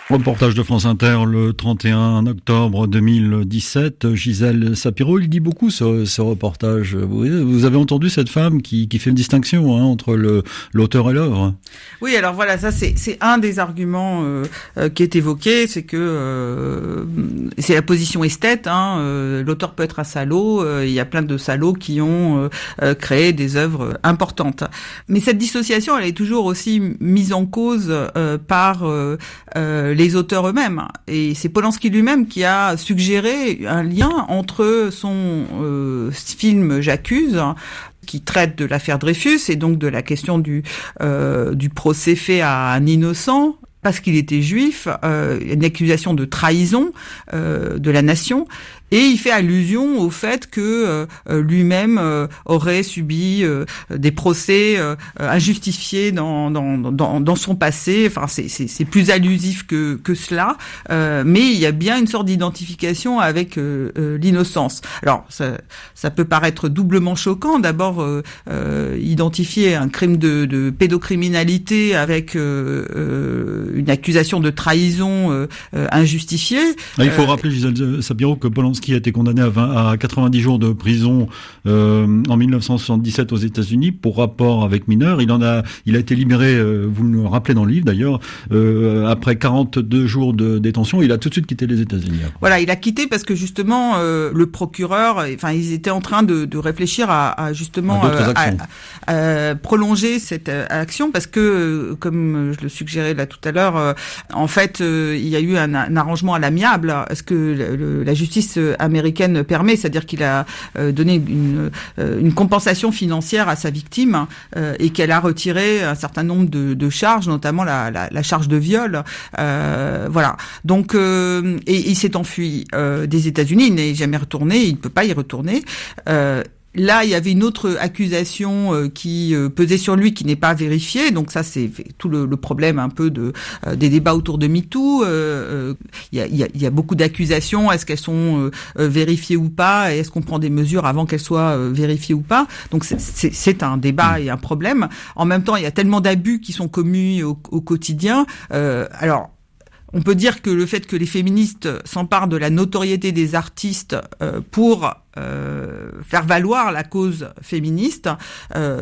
Speaker 2: Reportage de France Inter le trente et un octobre deux mille dix-sept. Gisèle Sapiro, il dit beaucoup ce, ce reportage. Vous, vous avez entendu cette femme qui, qui fait une distinction hein, entre le, l'auteur et l'œuvre.
Speaker 3: Oui, alors voilà, ça c'est, c'est un des arguments euh, euh, qui est évoqué, c'est que euh, c'est la position esthète. Hein, euh, l'auteur peut être un salaud. Euh, il y a plein de salauds qui ont euh, créé des œuvres importantes. Mais cette dissociation, elle est toujours aussi mise en cause euh, par euh, euh, les auteurs eux-mêmes. Et c'est Polanski lui-même qui a suggéré un lien entre son euh, film J'accuse, qui traite de l'affaire Dreyfus et donc de la question du euh, du procès fait à un innocent parce qu'il était juif, euh, une accusation de trahison euh, de la nation. Et il fait allusion au fait que euh, lui-même euh, aurait subi euh, des procès euh, injustifiés dans, dans, dans, dans son passé. Enfin, c'est, c'est, c'est plus allusif que, que cela. Euh, mais il y a bien une sorte d'identification avec euh, euh, l'innocence. Alors, ça, ça peut paraître doublement choquant. D'abord, euh, euh, identifier un crime de, de pédocriminalité avec euh, euh, une accusation de trahison euh, euh, injustifiée.
Speaker 2: Ah, il faut
Speaker 3: euh,
Speaker 2: rappeler, Gisèle Sapiro, que Polanski qui a été condamné à, vingt, à quatre-vingt-dix jours de prison euh, en mille neuf cent soixante-dix-sept aux États-Unis pour rapport avec mineurs. Il en a, il a été libéré, euh, vous le rappelez dans le livre d'ailleurs, euh, après quarante-deux jours de détention. Il a tout de suite quitté les États-Unis. Après.
Speaker 3: Voilà, il a quitté parce que justement euh, le procureur, enfin ils étaient en train de, de réfléchir à, à justement
Speaker 2: à euh,
Speaker 3: à, à, à prolonger cette action parce que, comme je le suggérais là tout à l'heure, euh, en fait euh, il y a eu un, un arrangement à l'amiable, ce que le, le, la justice américaine permet, c'est-à-dire qu'il a euh, donné une, euh, une compensation financière à sa victime euh, et qu'elle a retiré un certain nombre de, de charges, notamment la, la, la charge de viol. Euh, voilà. Donc, euh, et, et il s'est enfui euh, des États-Unis. Il n'est jamais retourné. Il ne peut pas y retourner. Euh, Là, il y avait une autre accusation euh, qui euh, pesait sur lui, qui n'est pas vérifiée. Donc ça, c'est tout le, le problème un peu de euh, des débats autour de MeToo. Euh, il, y a, il, y a, il y a beaucoup d'accusations. Est-ce qu'elles sont euh, vérifiées ou pas? Et est-ce qu'on prend des mesures avant qu'elles soient euh, vérifiées ou pas? Donc c'est, c'est, c'est un débat et un problème. En même temps, il y a tellement d'abus qui sont commis au, au quotidien. Euh, alors. On peut dire que le fait que les féministes s'emparent de la notoriété des artistes euh, pour euh, faire valoir la cause féministe, euh,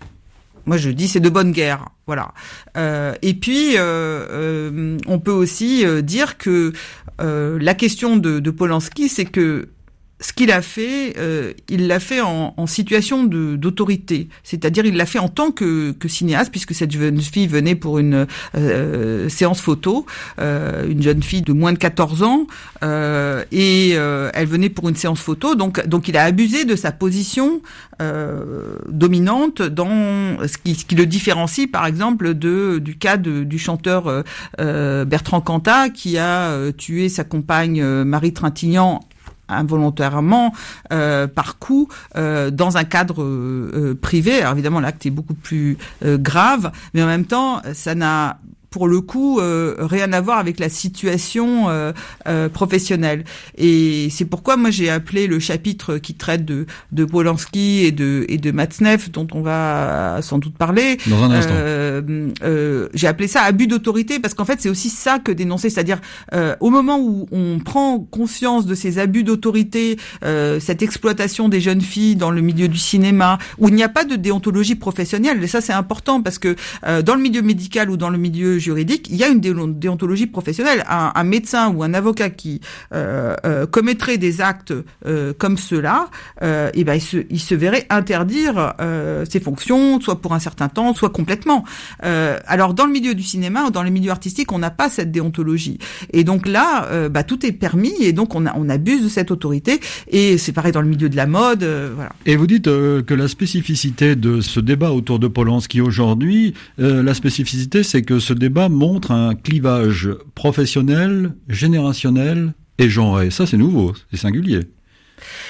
Speaker 3: moi je dis c'est de bonne guerre, voilà. Euh, et puis euh, euh, on peut aussi euh, dire que euh, la question de, de Polanski, c'est que ce qu'il a fait, euh, il l'a fait en, en situation de, d'autorité, c'est-à-dire il l'a fait en tant que, que cinéaste, puisque cette jeune fille venait pour une euh, séance photo, euh, une jeune fille de moins de quatorze ans, euh, et euh, elle venait pour une séance photo, donc donc il a abusé de sa position euh, dominante dans ce qui, ce qui le différencie, par exemple, de du cas de, du chanteur euh, Bertrand Cantat qui a euh, tué sa compagne euh, Marie Trintignant involontairement euh, par coup euh, dans un cadre euh, privé. Alors évidemment l'acte est beaucoup plus euh, grave, mais en même temps ça n'a pour le coup euh, rien à voir avec la situation euh, euh, professionnelle. Et c'est pourquoi moi j'ai appelé le chapitre qui traite de de Polanski et de et de Matzneff, dont on va sans doute parler
Speaker 2: dans un instant.
Speaker 3: Euh, euh, j'ai appelé ça abus d'autorité, parce qu'en fait c'est aussi ça que dénoncer, c'est-à-dire euh, au moment où on prend conscience de ces abus d'autorité, euh, cette exploitation des jeunes filles dans le milieu du cinéma, où il n'y a pas de déontologie professionnelle, et ça c'est important parce que euh, dans le milieu médical ou dans le milieu juridique, il y a une déontologie professionnelle. Un, un médecin ou un avocat qui euh, euh, commettrait des actes euh, comme ceux-là, euh, et ben il se, il se verrait interdire euh, ses fonctions, soit pour un certain temps, soit complètement. Euh, alors dans le milieu du cinéma ou dans les milieux artistiques, on n'a pas cette déontologie. Et donc là, euh, bah, tout est permis, et donc on, a, on abuse de cette autorité. Et c'est pareil dans le milieu de la mode, euh, voilà.
Speaker 2: Et vous dites euh, que la spécificité de ce débat autour de Polanski aujourd'hui, euh, la spécificité, c'est que ce débat montre un clivage professionnel, générationnel et genré. Ça, c'est nouveau, c'est singulier.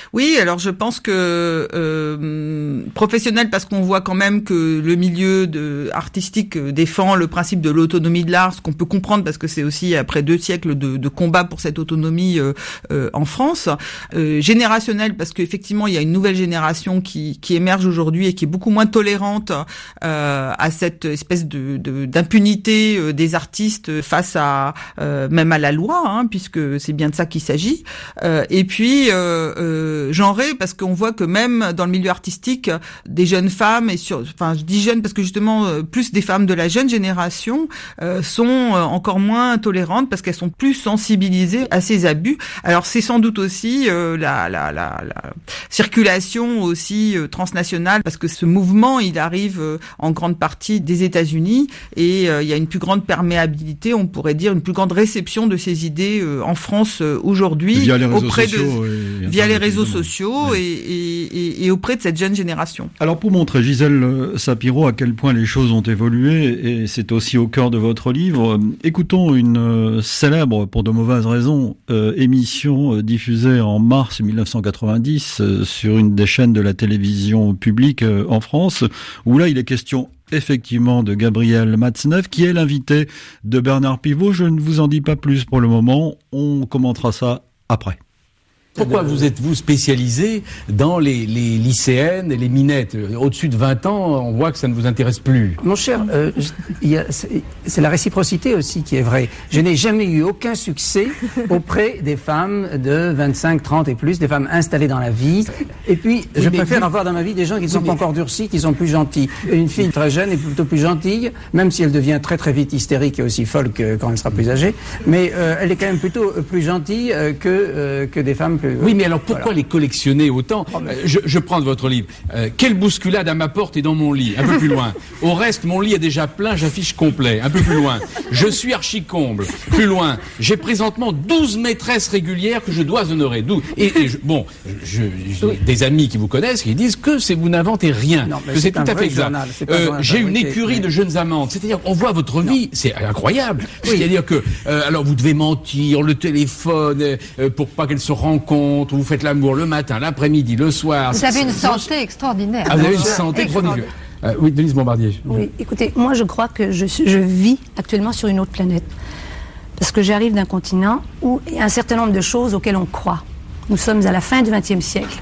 Speaker 3: Oui, alors je pense que euh, professionnel, parce qu'on voit quand même que le milieu de, artistique défend le principe de l'autonomie de l'art, ce qu'on peut comprendre parce que c'est aussi après deux siècles de, de combat pour cette autonomie euh, euh, en France. Euh, générationnel, parce qu'effectivement il y a une nouvelle génération qui, qui émerge aujourd'hui et qui est beaucoup moins tolérante euh, à cette espèce de, de d'impunité euh, des artistes face à euh, même à la loi, hein, puisque c'est bien de ça qu'il s'agit. Euh, et puis euh, euh, genré, parce qu'on voit que même dans le milieu artistique, des jeunes femmes et sur, enfin je dis jeunes parce que justement euh, plus des femmes de la jeune génération euh, sont euh, encore moins tolérantes parce qu'elles sont plus sensibilisées à ces abus. Alors c'est sans doute aussi euh, la, la, la, la circulation aussi euh, transnationale, parce que ce mouvement il arrive euh, en grande partie des États-Unis et euh, il y a une plus grande perméabilité, on pourrait dire une plus grande réception de ces idées euh, en France euh, aujourd'hui
Speaker 2: via les réseaux
Speaker 3: auprès
Speaker 2: sociaux,
Speaker 3: de
Speaker 2: et
Speaker 3: via les réseaux sociaux
Speaker 2: ouais.
Speaker 3: et, et, et, et auprès de cette jeune génération.
Speaker 2: Alors pour montrer, Gisèle Sapiro, à quel point les choses ont évolué, et c'est aussi au cœur de votre livre, écoutons une euh, célèbre, pour de mauvaises raisons, euh, émission euh, diffusée en mars dix-neuf cent quatre-vingt-dix euh, sur une des chaînes de la télévision publique euh, en France, où là il est question effectivement de Gabriel Matzneff, qui est l'invité de Bernard Pivot. Je ne vous en dis pas plus pour le moment, on commentera ça après.
Speaker 10: Pourquoi vous êtes-vous spécialisé dans les, les lycéennes et les minettes? Au-dessus de vingt ans, on voit que ça ne vous intéresse plus.
Speaker 11: Mon cher, euh, il y a, c'est, c'est la réciprocité aussi qui est vraie. Je n'ai jamais eu aucun succès auprès des femmes de vingt-cinq, trente et plus, des femmes installées dans la vie. Et puis, oui, je préfère avoir dans ma vie des gens qui ne sont oui, pas encore durcis, qui sont plus gentils. Une fille très jeune est plutôt plus gentille, même si elle devient très très vite hystérique et aussi folle que quand elle sera plus âgée. Mais euh, elle est quand même plutôt plus gentille euh, que, euh, que des femmes plus...
Speaker 10: Oui, mais alors pourquoi voilà. les collectionner autant? euh, je, je prends de votre livre. Euh, quelle bousculade à ma porte et dans mon lit? Un peu plus loin. Au reste, mon lit est déjà plein, j'affiche complet. Un peu plus loin. Je suis archi-comble. Plus loin. J'ai présentement douze maîtresses régulières que je dois honorer. douze. Et, et je, bon, je, j'ai oui. des amis qui vous connaissent qui disent que c'est vous n'inventez rien. Non, que c'est, c'est tout à fait exact. Euh, j'ai une écurie mais... de jeunes amantes. C'est-à-dire qu'on voit votre vie, non. c'est incroyable. Oui. C'est-à-dire que, euh, alors vous devez mentir, le téléphone, euh, pour pas qu'elle se rencontre. Vous faites l'amour le matin, l'après-midi, le soir.
Speaker 12: Vous avez une santé extraordinaire.
Speaker 10: Ah, vous avez une santé extraordinaire. Euh, oui, Denise Bombardier.
Speaker 12: Oui, écoutez, moi je crois que je, je vis actuellement sur une autre planète. Parce que j'arrive d'un continent où il y a un certain nombre de choses auxquelles on croit. Nous sommes à la fin du vingtième siècle.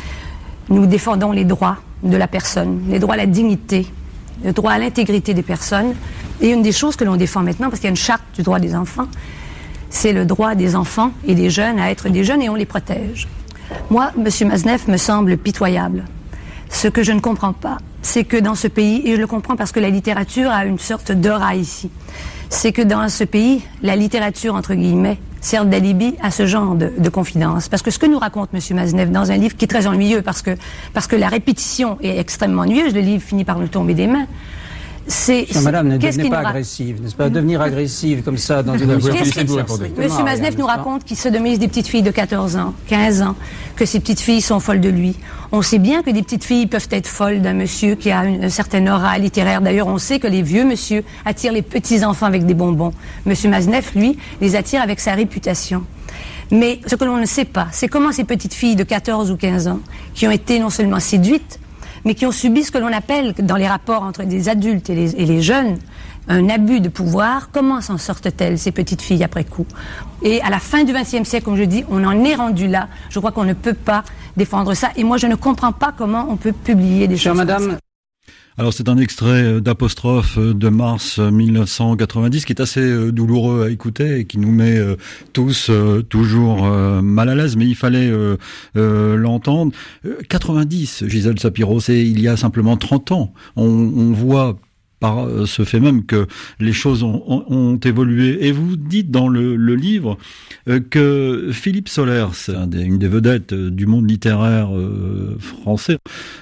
Speaker 12: Nous défendons les droits de la personne, les droits à la dignité, le droit à l'intégrité des personnes. Et une des choses que l'on défend maintenant, parce qu'il y a une charte du droit des enfants, c'est le droit des enfants et des jeunes à être des jeunes et on les protège. Moi, M. Matzneff me semble pitoyable. Ce que je ne comprends pas, c'est que dans ce pays, et je le comprends parce que la littérature a une sorte d'aura ici, c'est que dans ce pays, la littérature, entre guillemets, sert d'alibi à ce genre de, de confidence. Parce que ce que nous raconte M. Matzneff dans un livre qui est très ennuyeux, parce que, parce que la répétition est extrêmement ennuyeuse, le livre finit par nous tomber des mains, c'est,
Speaker 11: non, madame, ne devenez pas agressive, n'est-ce pas? Devenir agressive comme ça dans une émission.
Speaker 12: Monsieur Matzneff nous raconte qu'il sodomise des petites filles de quatorze ans, quinze ans, que ces petites filles sont folles de lui. On sait bien que des petites filles peuvent être folles d'un monsieur qui a une, une certaine aura littéraire. D'ailleurs, on sait que les vieux monsieur attirent les petits enfants avec des bonbons. Monsieur Matzneff, lui, les attire avec sa réputation. Mais ce que l'on ne sait pas, c'est comment ces petites filles de quatorze ou quinze ans, qui ont été non seulement séduites, mais qui ont subi ce que l'on appelle, dans les rapports entre des adultes et les, et les jeunes, un abus de pouvoir. Comment s'en sortent-elles, ces petites filles, après coup? Et à la fin du vingtième siècle, comme je dis, on en est rendu là. Je crois qu'on ne peut pas défendre ça. Et moi, je ne comprends pas comment on peut publier des
Speaker 11: Chère
Speaker 12: choses
Speaker 11: madame,
Speaker 12: comme ça.
Speaker 2: Alors c'est un extrait d'Apostrophe de mars dix-neuf cent quatre-vingt-dix qui est assez douloureux à écouter et qui nous met tous toujours mal à l'aise, mais il fallait l'entendre. quatre-vingt-dix, Gisèle Sapiro, c'est il y a simplement trente ans. On, on voit par ce fait même que les choses ont, ont, ont évolué. Et vous dites dans le, le livre euh, que Philippe Sollers, un des, une des vedettes du monde littéraire euh, français,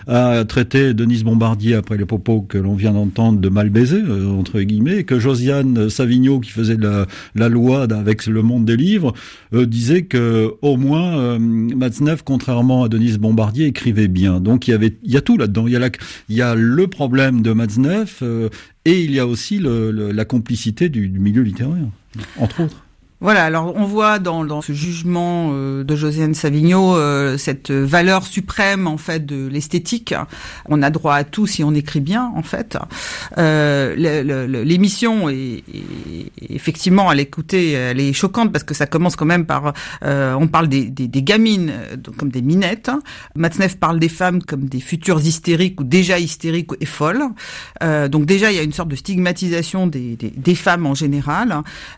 Speaker 2: a traité Denise Bombardier, après les propos que l'on vient d'entendre, de mal baiser, euh, entre guillemets, et que Josiane Savigno, qui faisait la, la loi avec le monde des livres, euh, disait que au moins euh, Matzneff, contrairement à Denise Bombardier, écrivait bien. Donc il y avait, il y a tout là-dedans. Il y a, la, il y a le problème de Matzneff, euh, et il y a aussi le, le, la complicité du, du milieu littéraire, entre autres.
Speaker 3: Voilà, alors on voit dans, dans ce jugement euh, de Josiane Savigno euh, cette valeur suprême en fait de l'esthétique. On a droit à tout si on écrit bien en fait. Euh, le, le, l'émission est, est, effectivement à l'écouter, elle est choquante parce que ça commence quand même par euh, on parle des, des, des gamines comme des minettes. Matzneff parle des femmes comme des futures hystériques ou déjà hystériques et folles. Euh, donc déjà il y a une sorte de stigmatisation des, des, des femmes en général.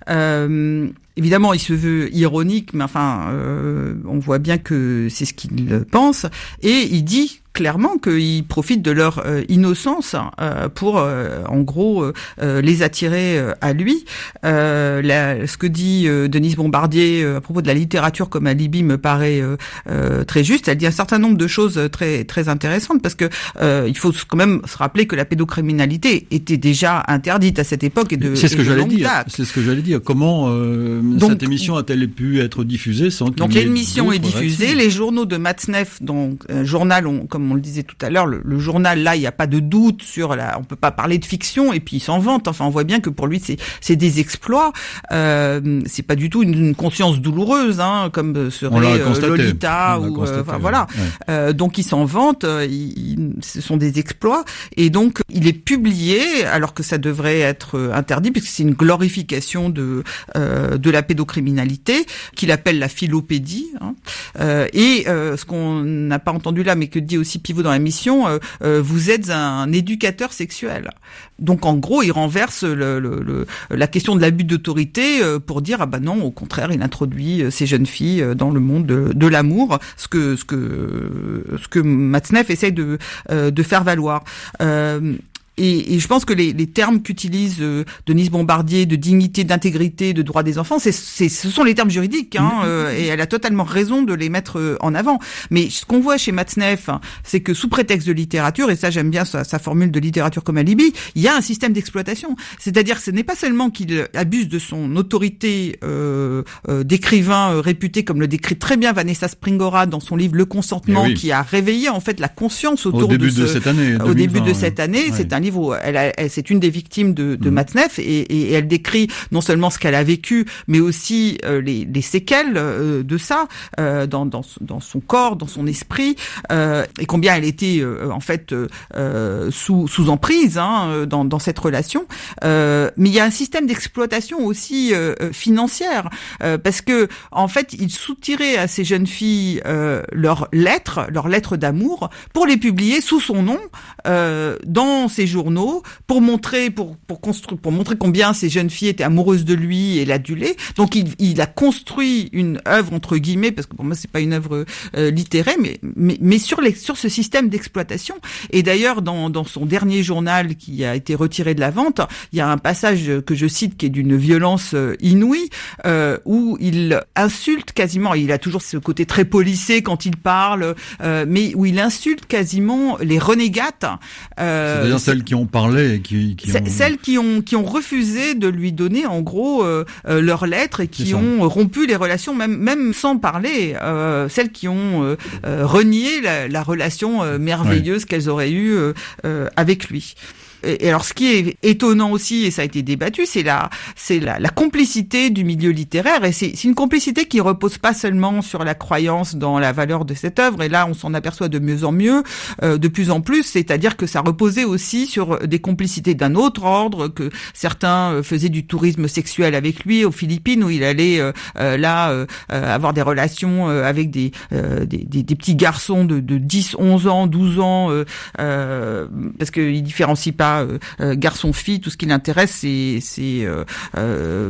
Speaker 3: Euh, Évidemment, il se veut ironique, mais enfin, euh, on voit bien que c'est ce qu'il pense. Et il dit clairement qu'ils profitent de leur euh, innocence euh, pour, euh, en gros, euh, les attirer euh, à lui. Euh, la, ce que dit euh, Denise Bombardier euh, à propos de la littérature comme alibi me paraît euh, euh, très juste. Elle dit un certain nombre de choses très très intéressantes parce que euh, il faut quand même se rappeler que la pédocriminalité était déjà interdite à cette époque et de
Speaker 2: c'est ce
Speaker 3: et
Speaker 2: que
Speaker 3: de
Speaker 2: j'allais
Speaker 3: longue
Speaker 2: dire.
Speaker 3: date.
Speaker 2: C'est ce que j'allais dire. Comment euh,
Speaker 3: donc,
Speaker 2: cette émission a-t-elle pu être diffusée sans qu'il
Speaker 3: donc
Speaker 2: y ait
Speaker 3: l'émission est
Speaker 2: d'autres
Speaker 3: diffusée.
Speaker 2: réactions.
Speaker 3: Les journaux de Matzneff, donc euh, journal, on, comme on le disait tout à l'heure, le, le journal là, il n'y a pas de doute sur la. On peut pas parler de fiction et puis il s'en vante. Enfin, on voit bien que pour lui, c'est c'est des exploits. Euh, c'est pas du tout une, une conscience douloureuse, hein, comme serait euh, Lolita ou euh, enfin, voilà. Ouais. Euh, donc il s'en vante. Il, il, ce sont des exploits et donc il est publié alors que ça devrait être interdit puisque c'est une glorification de euh, de la pédocriminalité qu'il appelle la philopédie. Hein. Euh, et euh, ce qu'on n'a pas entendu là, mais que dit aussi Pivot dans la mission, euh, euh, vous êtes un éducateur sexuel. Donc en gros, il renverse le, le, le, la question de l'abus d'autorité euh, pour dire ah ben non, au contraire, il introduit euh, ces jeunes filles euh, dans le monde de, de l'amour, ce que ce que ce que Matzneff essaye de euh, de faire valoir. Euh, Et, et je pense que les, les termes qu'utilise euh, Denise Bombardier de dignité, d'intégrité, de droit des enfants, c'est, c'est, ce sont les termes juridiques, hein, euh, et elle a totalement raison de les mettre euh, en avant. Mais ce qu'on voit chez Matzneff, hein, c'est que sous prétexte de littérature, et ça j'aime bien sa, sa formule de littérature comme alibi, il y a un système d'exploitation. C'est-à-dire que ce n'est pas seulement qu'il abuse de son autorité euh, euh, d'écrivain euh, réputé, comme le décrit très bien Vanessa Springora dans son livre Le Consentement, oui. qui a réveillé en fait la conscience autour
Speaker 2: au début
Speaker 3: de, ce,
Speaker 2: de cette année.
Speaker 3: Au début de
Speaker 2: ouais.
Speaker 3: cette année, ouais. c'est un livre où elle, a, elle c'est une des victimes de, de mmh. Matzneff et, et, et elle décrit non seulement ce qu'elle a vécu, mais aussi euh, les, les séquelles euh, de ça euh, dans, dans, dans son corps, dans son esprit, euh, et combien elle était euh, en fait euh, sous, sous emprise hein, dans, dans cette relation. Euh, mais il y a un système d'exploitation aussi euh, financière euh, parce que en fait, il soutirait à ces jeunes filles euh, leurs lettres, leurs lettres d'amour, pour les publier sous son nom euh, dans ces journaux pour montrer pour pour construire pour montrer combien ces jeunes filles étaient amoureuses de lui et l'adulaient. Donc il il a construit une œuvre entre guillemets parce que pour moi c'est pas une œuvre euh, littéraire mais mais mais sur les sur ce système d'exploitation. Et d'ailleurs dans dans son dernier journal qui a été retiré de la vente, il y a un passage que je cite qui est d'une violence inouïe euh, où il insulte quasiment, il a toujours ce côté très policé quand il parle euh, mais où il insulte quasiment les renégates euh,
Speaker 2: c'est-à-dire celles qui ont parlé et qui, qui ont...
Speaker 3: celles qui ont qui ont refusé de lui donner en gros euh, euh, leurs lettres et qui ont rompu les relations même même sans parler euh, celles qui ont euh, euh, renié la, la relation euh, merveilleuse ouais. qu'elles auraient eue euh, euh, avec lui. Et alors, ce qui est étonnant aussi, et ça a été débattu, c'est la, c'est la, la complicité du milieu littéraire. Et c'est, c'est une complicité qui repose pas seulement sur la croyance dans la valeur de cette œuvre. Et là, on s'en aperçoit de mieux en mieux, euh, de plus en plus. C'est-à-dire que ça reposait aussi sur des complicités d'un autre ordre, que certains faisaient du tourisme sexuel avec lui aux Philippines, où il allait euh, euh, là euh, avoir des relations euh, avec des, euh, des, des, des petits garçons de, de dix, onze ans, douze ans, euh, euh, parce qu'il différencie pas Euh, euh, garçon-fille, tout ce qui l'intéresse, c'est, c'est euh, euh,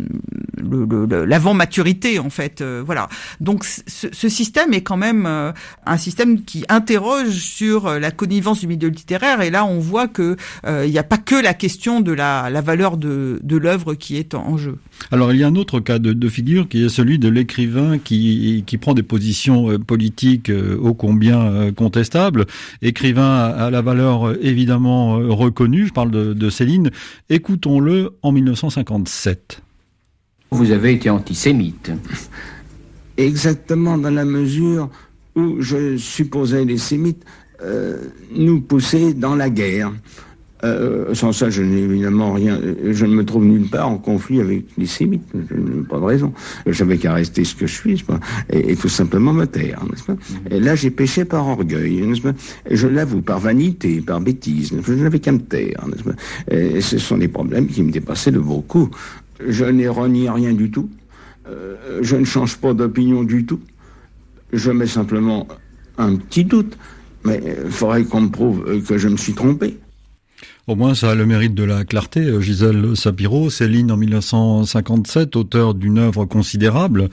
Speaker 3: le, le, l'avant-maturité en fait. Euh, voilà. Donc ce, ce système est quand même euh, un système qui interroge sur la connivence du milieu littéraire. Et là, on voit que il euh, n'y a pas que la question de la, la valeur de, de l'œuvre qui est en, en jeu.
Speaker 2: Alors il y a un autre cas de, de figure qui est celui de l'écrivain qui, qui prend des positions euh, politiques euh, ô combien euh, contestables. Écrivain à, à la valeur euh, évidemment euh, reconnue. Je parle de, de Céline. Écoutons-le en dix-neuf cent cinquante-sept.
Speaker 13: Vous avez été antisémite.
Speaker 14: Exactement dans la mesure où je supposais les sémites euh, nous pousser dans la guerre. Euh, sans ça, je n'ai évidemment rien. Je ne me trouve nulle part en conflit avec les sémites. Je n'ai pas de raison. J'avais qu'à rester ce que je suis, n'est-ce pas, et, et tout simplement me taire, n'est-ce pas. Et là, j'ai péché par orgueil, n'est-ce pas. Et je l'avoue, par vanité, par bêtise. Je n'avais qu'à me taire, n'est-ce pas. Et ce sont des problèmes qui me dépassaient de beaucoup. Je n'ai renié rien du tout. Euh, je ne change pas d'opinion du tout. Je mets simplement un petit doute. Mais il faudrait qu'on me prouve que je me suis trompé.
Speaker 2: Au moins, ça a le mérite de la clarté. Gisèle Sapiro, Céline en mille neuf cent cinquante-sept, auteur d'une œuvre considérable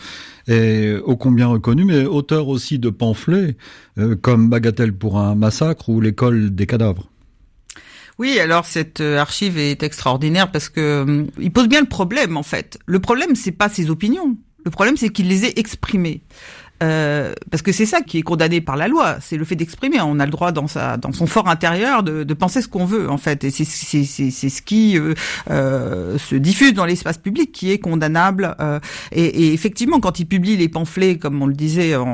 Speaker 2: et ô combien reconnue, mais auteur aussi de pamphlets euh, comme Bagatelle pour un massacre ou L'école des cadavres.
Speaker 3: Oui, alors cette archive est extraordinaire parce que euh, il pose bien le problème en fait. Le problème, c'est pas ses opinions. Le problème, c'est qu'il les ait exprimées. Euh, parce que c'est ça qui est condamné par la loi, c'est le fait d'exprimer. On a le droit dans sa, dans son fort intérieur de, de penser ce qu'on veut en fait, et c'est, c'est, c'est, c'est ce qui euh, euh, se diffuse dans l'espace public qui est condamnable. Euh, et, et effectivement, quand il publie les pamphlets, comme on le disait, en,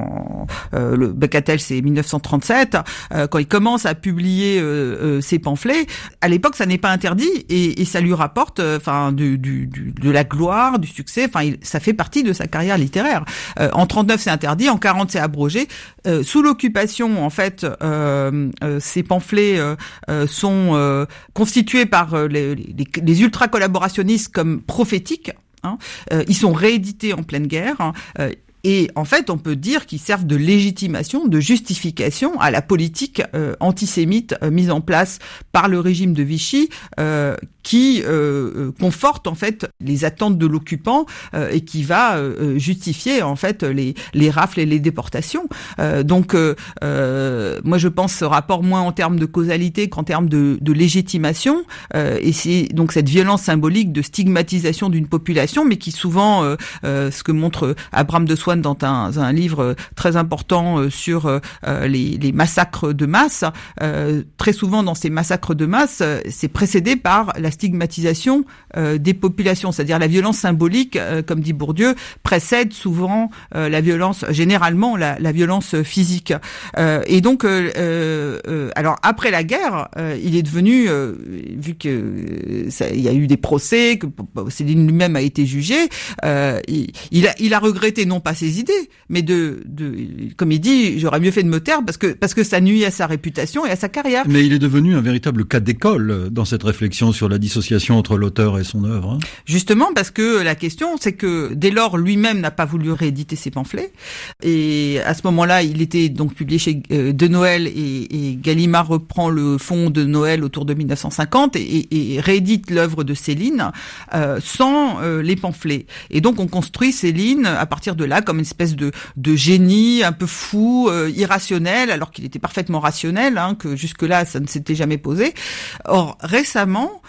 Speaker 3: en euh, le Bagatelle, c'est mille neuf cent trente-sept. Euh, quand il commence à publier euh, euh, ces pamphlets, à l'époque, ça n'est pas interdit et, et ça lui rapporte, enfin, euh, du, du, du, de la gloire, du succès. Enfin, il, ça fait partie de sa carrière littéraire. Euh, en trente-neuf, c'est interdit, en quarante, c'est abrogé. Euh, sous l'occupation, en fait, euh, euh, ces pamphlets euh, euh, sont euh, constitués par euh, les, les, les ultra-collaborationnistes comme prophétiques. Hein. Euh, ils sont réédités en pleine guerre. Hein. Euh, Et en fait, on peut dire qu'ils servent de légitimation, de justification à la politique euh, antisémite euh, mise en place par le régime de Vichy, euh, qui euh, conforte en fait les attentes de l'occupant euh, et qui va euh, justifier en fait les, les rafles et les déportations. Euh, donc, euh, euh, moi, je pense ce rapport moins en termes de causalité qu'en termes de, de légitimation. Euh, et c'est donc cette violence symbolique de stigmatisation d'une population, mais qui souvent, euh, euh, ce que montre Abraham de Swann dans un, un livre très important sur euh, les, les massacres de masse, euh, très souvent dans ces massacres de masse, euh, c'est précédé par la stigmatisation euh, des populations, c'est-à-dire la violence symbolique, euh, comme dit Bourdieu, précède souvent euh, la violence, généralement la, la violence physique. Euh, et donc, euh, euh, alors après la guerre, euh, il est devenu, euh, vu que euh, ça, il y a eu des procès, que Céline lui-même a été jugé, euh, il, il, a, il a regretté non pas ses idées, mais de, de, comme il dit, j'aurais mieux fait de me taire parce que parce que ça nuit à sa réputation et à sa carrière.
Speaker 2: Mais il est devenu un véritable cas d'école dans cette réflexion sur la dissociation entre l'auteur et son œuvre. Hein.
Speaker 3: Justement, parce que la question, c'est que dès lors, lui-même n'a pas voulu rééditer ses pamphlets, et à ce moment-là, il était donc publié chez euh, De Noël, et, et Gallimard reprend le fond de Noël autour de mille neuf cent cinquante et, et réédite l'œuvre de Céline euh, sans euh, les pamphlets. Et donc, on construit Céline à partir de là comme une espèce de, de génie un peu fou, euh, irrationnel, alors qu'il était parfaitement rationnel, hein, que jusque-là, ça ne s'était jamais posé. Or, récemment,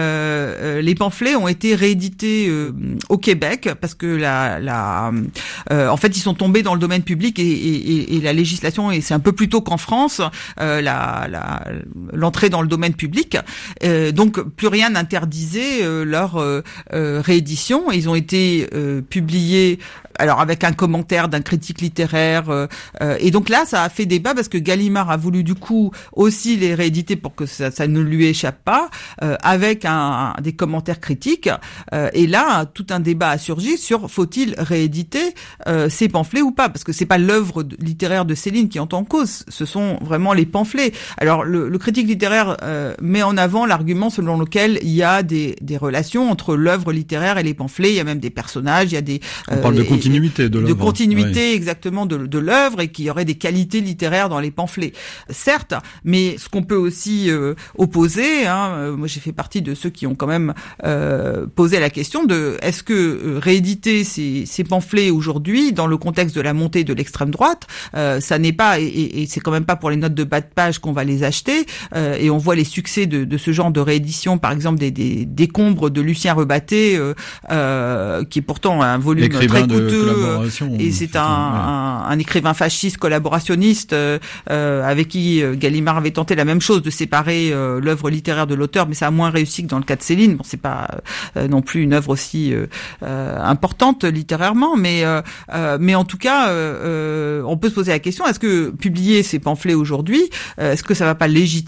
Speaker 3: Euh, les pamphlets ont été réédités euh, au Québec parce que la, la, euh, en fait, ils sont tombés dans le domaine public et, et, et la législation, et c'est un peu plus tôt qu'en France, euh, la, la, l'entrée dans le domaine public. Euh, donc, plus rien n'interdisait euh, leur euh, euh, réédition. Ils ont été euh, publiés. Alors avec un commentaire d'un critique littéraire, euh, euh, et donc là ça a fait débat parce que Gallimard a voulu du coup aussi les rééditer pour que ça, ça ne lui échappe pas, euh, avec un, un, des commentaires critiques. Euh, et là tout un débat a surgi sur faut-il rééditer euh, ces pamphlets ou pas, parce que c'est pas l'œuvre littéraire de Céline qui est en cause, ce sont vraiment les pamphlets. Alors le, le critique littéraire euh, met en avant l'argument selon lequel il y a des, des relations entre l'œuvre littéraire et les pamphlets. Il y a même des personnages, il y a des.
Speaker 2: On euh, parle de continuité. De,
Speaker 3: de continuité, oui. Exactement, de, de l'œuvre, et qu'il y aurait des qualités littéraires dans les pamphlets. Certes, mais ce qu'on peut aussi euh, opposer, hein, euh, moi j'ai fait partie de ceux qui ont quand même euh, posé la question de est-ce que euh, rééditer ces, ces pamphlets aujourd'hui, dans le contexte de la montée de l'extrême droite, euh, ça n'est pas, et, et c'est quand même pas pour les notes de bas de page qu'on va les acheter, euh, et on voit les succès de, de ce genre de réédition, par exemple des, des décombres de Lucien Rebatté, euh, euh, qui est pourtant un volume
Speaker 2: Écrivain
Speaker 3: très coûteux.
Speaker 2: Et
Speaker 3: c'est un, un, un écrivain fasciste collaborationniste euh, avec qui Gallimard avait tenté la même chose, de séparer euh, l'œuvre littéraire de l'auteur, mais ça a moins réussi que dans le cas de Céline. Bon, c'est pas euh, non plus une œuvre aussi euh, euh, importante littérairement, mais euh, euh, mais en tout cas, euh, on peut se poser la question, est-ce que publier ces pamphlets aujourd'hui, euh, est-ce que ça va pas légitimer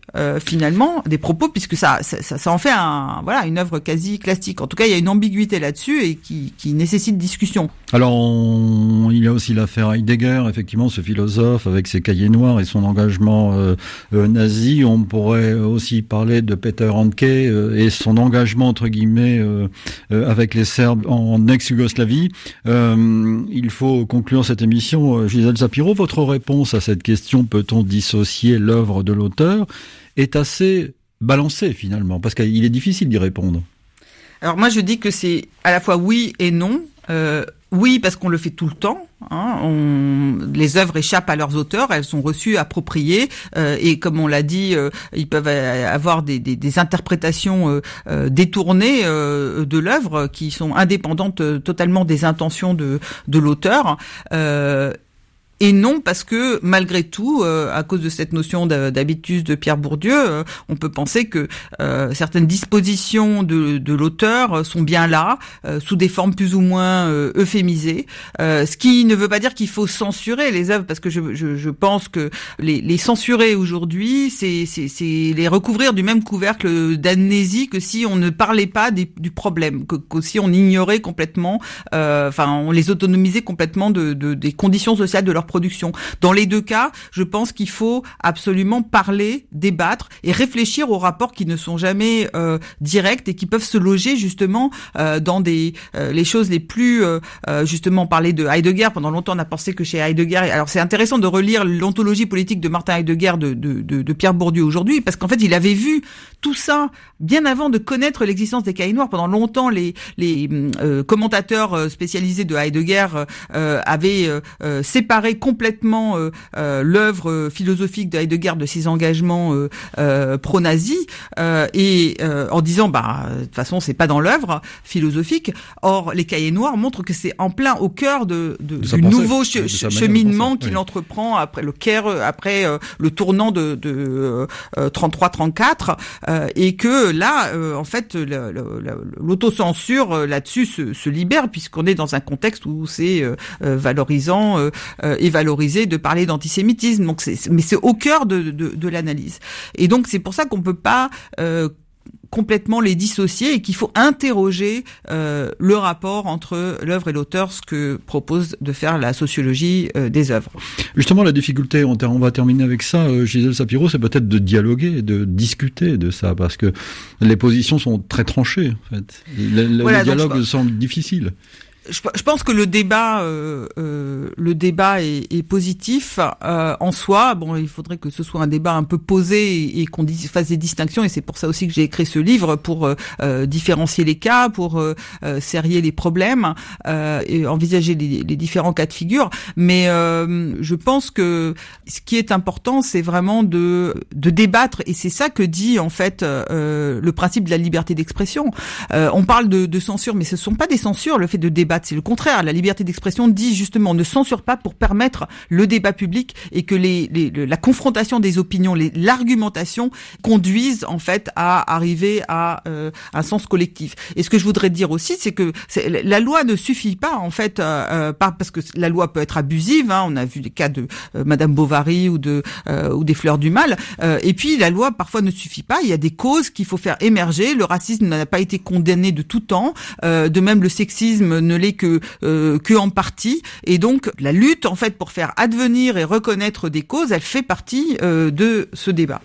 Speaker 3: euh, finalement des propos, puisque ça, ça, ça, ça en fait un, voilà, une œuvre quasi classique. En tout cas, il y a une ambiguïté là-dessus et qui, qui nécessite discussion.
Speaker 2: Alors, on, il y a aussi l'affaire Heidegger, effectivement, ce philosophe avec ses cahiers noirs et son engagement euh, euh, nazi. On pourrait aussi parler de Peter Handke euh, et son engagement, entre guillemets, euh, euh, avec les Serbes en ex-Yougoslavie. Euh, il faut conclure cette émission. Gisèle Sapiro, votre réponse à cette question, peut-on dissocier l'œuvre de l'auteur, est assez balancée finalement, parce qu'il est difficile d'y répondre.
Speaker 3: Alors moi je dis que c'est à la fois oui et non. Euh, oui, parce qu'on le fait tout le temps. Hein, on, les œuvres échappent à leurs auteurs, elles sont reçues, appropriées, euh, et comme on l'a dit, euh, ils peuvent avoir des, des, des interprétations euh, euh, détournées euh, de l'œuvre qui sont indépendantes euh, totalement des intentions de, de l'auteur. Euh, Et non, parce que malgré tout, euh, à cause de cette notion d'habitus de Pierre Bourdieu, euh, on peut penser que euh, certaines dispositions de, de l'auteur sont bien là, euh, sous des formes plus ou moins euh, euphémisées. Euh, ce qui ne veut pas dire qu'il faut censurer les œuvres, parce que je, je, je pense que les, les censurer aujourd'hui, c'est, c'est, c'est les recouvrir du même couvercle d'amnésie que si on ne parlait pas des, du problème, que, que si on ignorait complètement, euh, enfin, on les autonomisait complètement de, de, des conditions sociales de leur production. Dans les deux cas, je pense qu'il faut absolument parler, débattre et réfléchir aux rapports qui ne sont jamais euh, directs et qui peuvent se loger justement euh, dans des euh, les choses les plus euh, justement parler de Heidegger. Pendant longtemps, on a pensé que chez Heidegger, alors c'est intéressant de relire l'ontologie politique de Martin Heidegger de, de, de, de Pierre Bourdieu aujourd'hui, parce qu'en fait, il avait vu tout ça bien avant de connaître l'existence des cahiers noirs. Pendant longtemps, les les euh, commentateurs spécialisés de Heidegger euh, avaient euh, séparé complètement euh, euh, l'œuvre philosophique de Heidegger de ses engagements euh, euh, pro-nazis euh, et euh, en disant bah de toute façon c'est pas dans l'œuvre philosophique. Or les cahiers noirs montrent que c'est en plein au cœur de, de, de du pensée, nouveau che, ch- cheminement qu'il oui. entreprend après le Caire, après euh, le tournant de, de euh, trente-trois trente-quatre euh, et que là euh, en fait le, le, le, l'autocensure euh, là-dessus se, se libère, puisqu'on est dans un contexte où c'est euh, valorisant euh, et valorisé de parler d'antisémitisme. Donc c'est, mais c'est au cœur de, de, de l'analyse. Et donc c'est pour ça qu'on peut pas euh, complètement les dissocier et qu'il faut interroger euh, le rapport entre l'œuvre et l'auteur, ce que propose de faire la sociologie euh, des œuvres.
Speaker 2: Justement, la difficulté, on, on va terminer avec ça, euh, Gisèle Sapiro, c'est peut-être de dialoguer, de discuter de ça, parce que les positions sont très tranchées, en fait. Le, le, voilà, le dialogue je... semble difficile.
Speaker 3: Je pense que le débat, euh, euh, le débat est, est positif euh, en soi. Bon, il faudrait que ce soit un débat un peu posé et, et qu'on dise, fasse des distinctions. Et c'est pour ça aussi que j'ai écrit ce livre, pour euh, différencier les cas, pour euh, serrer les problèmes euh, et envisager les, les différents cas de figure. Mais euh, je pense que ce qui est important, c'est vraiment de, de débattre. Et c'est ça que dit en fait euh, le principe de la liberté d'expression. Euh, on parle de, de censure, mais ce ne sont pas des censures. Le fait de débattre, c'est le contraire. La liberté d'expression dit justement ne censure pas pour permettre le débat public et que les, les, la confrontation des opinions, les, l'argumentation conduisent en fait à arriver à euh, un sens collectif. Et ce que je voudrais dire aussi, c'est que c'est, la loi ne suffit pas en fait, euh, pas parce que la loi peut être abusive. Hein, on a vu les cas de euh, Madame Bovary ou de euh, ou des Fleurs du Mal. Euh, et puis la loi parfois ne suffit pas. Il y a des causes qu'il faut faire émerger. Le racisme n'a pas été condamné de tout temps. Euh, de même, le sexisme ne l'est que euh, que en partie, et donc la lutte en fait pour faire advenir et reconnaître des causes, elle fait partie euh, de ce débat.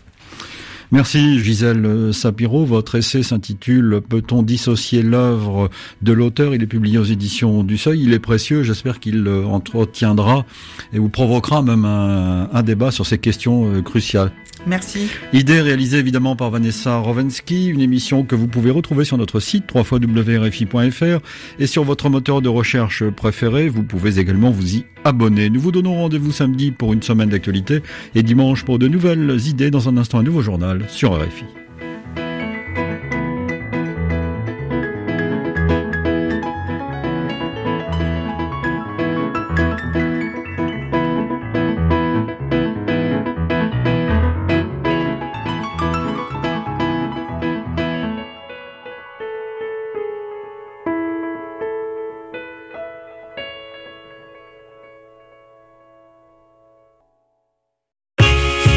Speaker 2: Merci Gisèle Sapiro. Votre essai s'intitule « Peut-on dissocier l'œuvre de l'auteur ?» Il est publié aux éditions du Seuil. Il est précieux. J'espère qu'il entretiendra et vous provoquera même un, un débat sur ces questions cruciales.
Speaker 3: Merci.
Speaker 2: Idée réalisée évidemment par Vanessa Rovensky, une émission que vous pouvez retrouver sur notre site w w w point r f i point f r et sur votre moteur de recherche préféré. Vous pouvez également vous y abonner. Nous vous donnons rendez-vous samedi pour une semaine d'actualité et dimanche pour de nouvelles idées. Dans un instant, un nouveau journal sur R F I.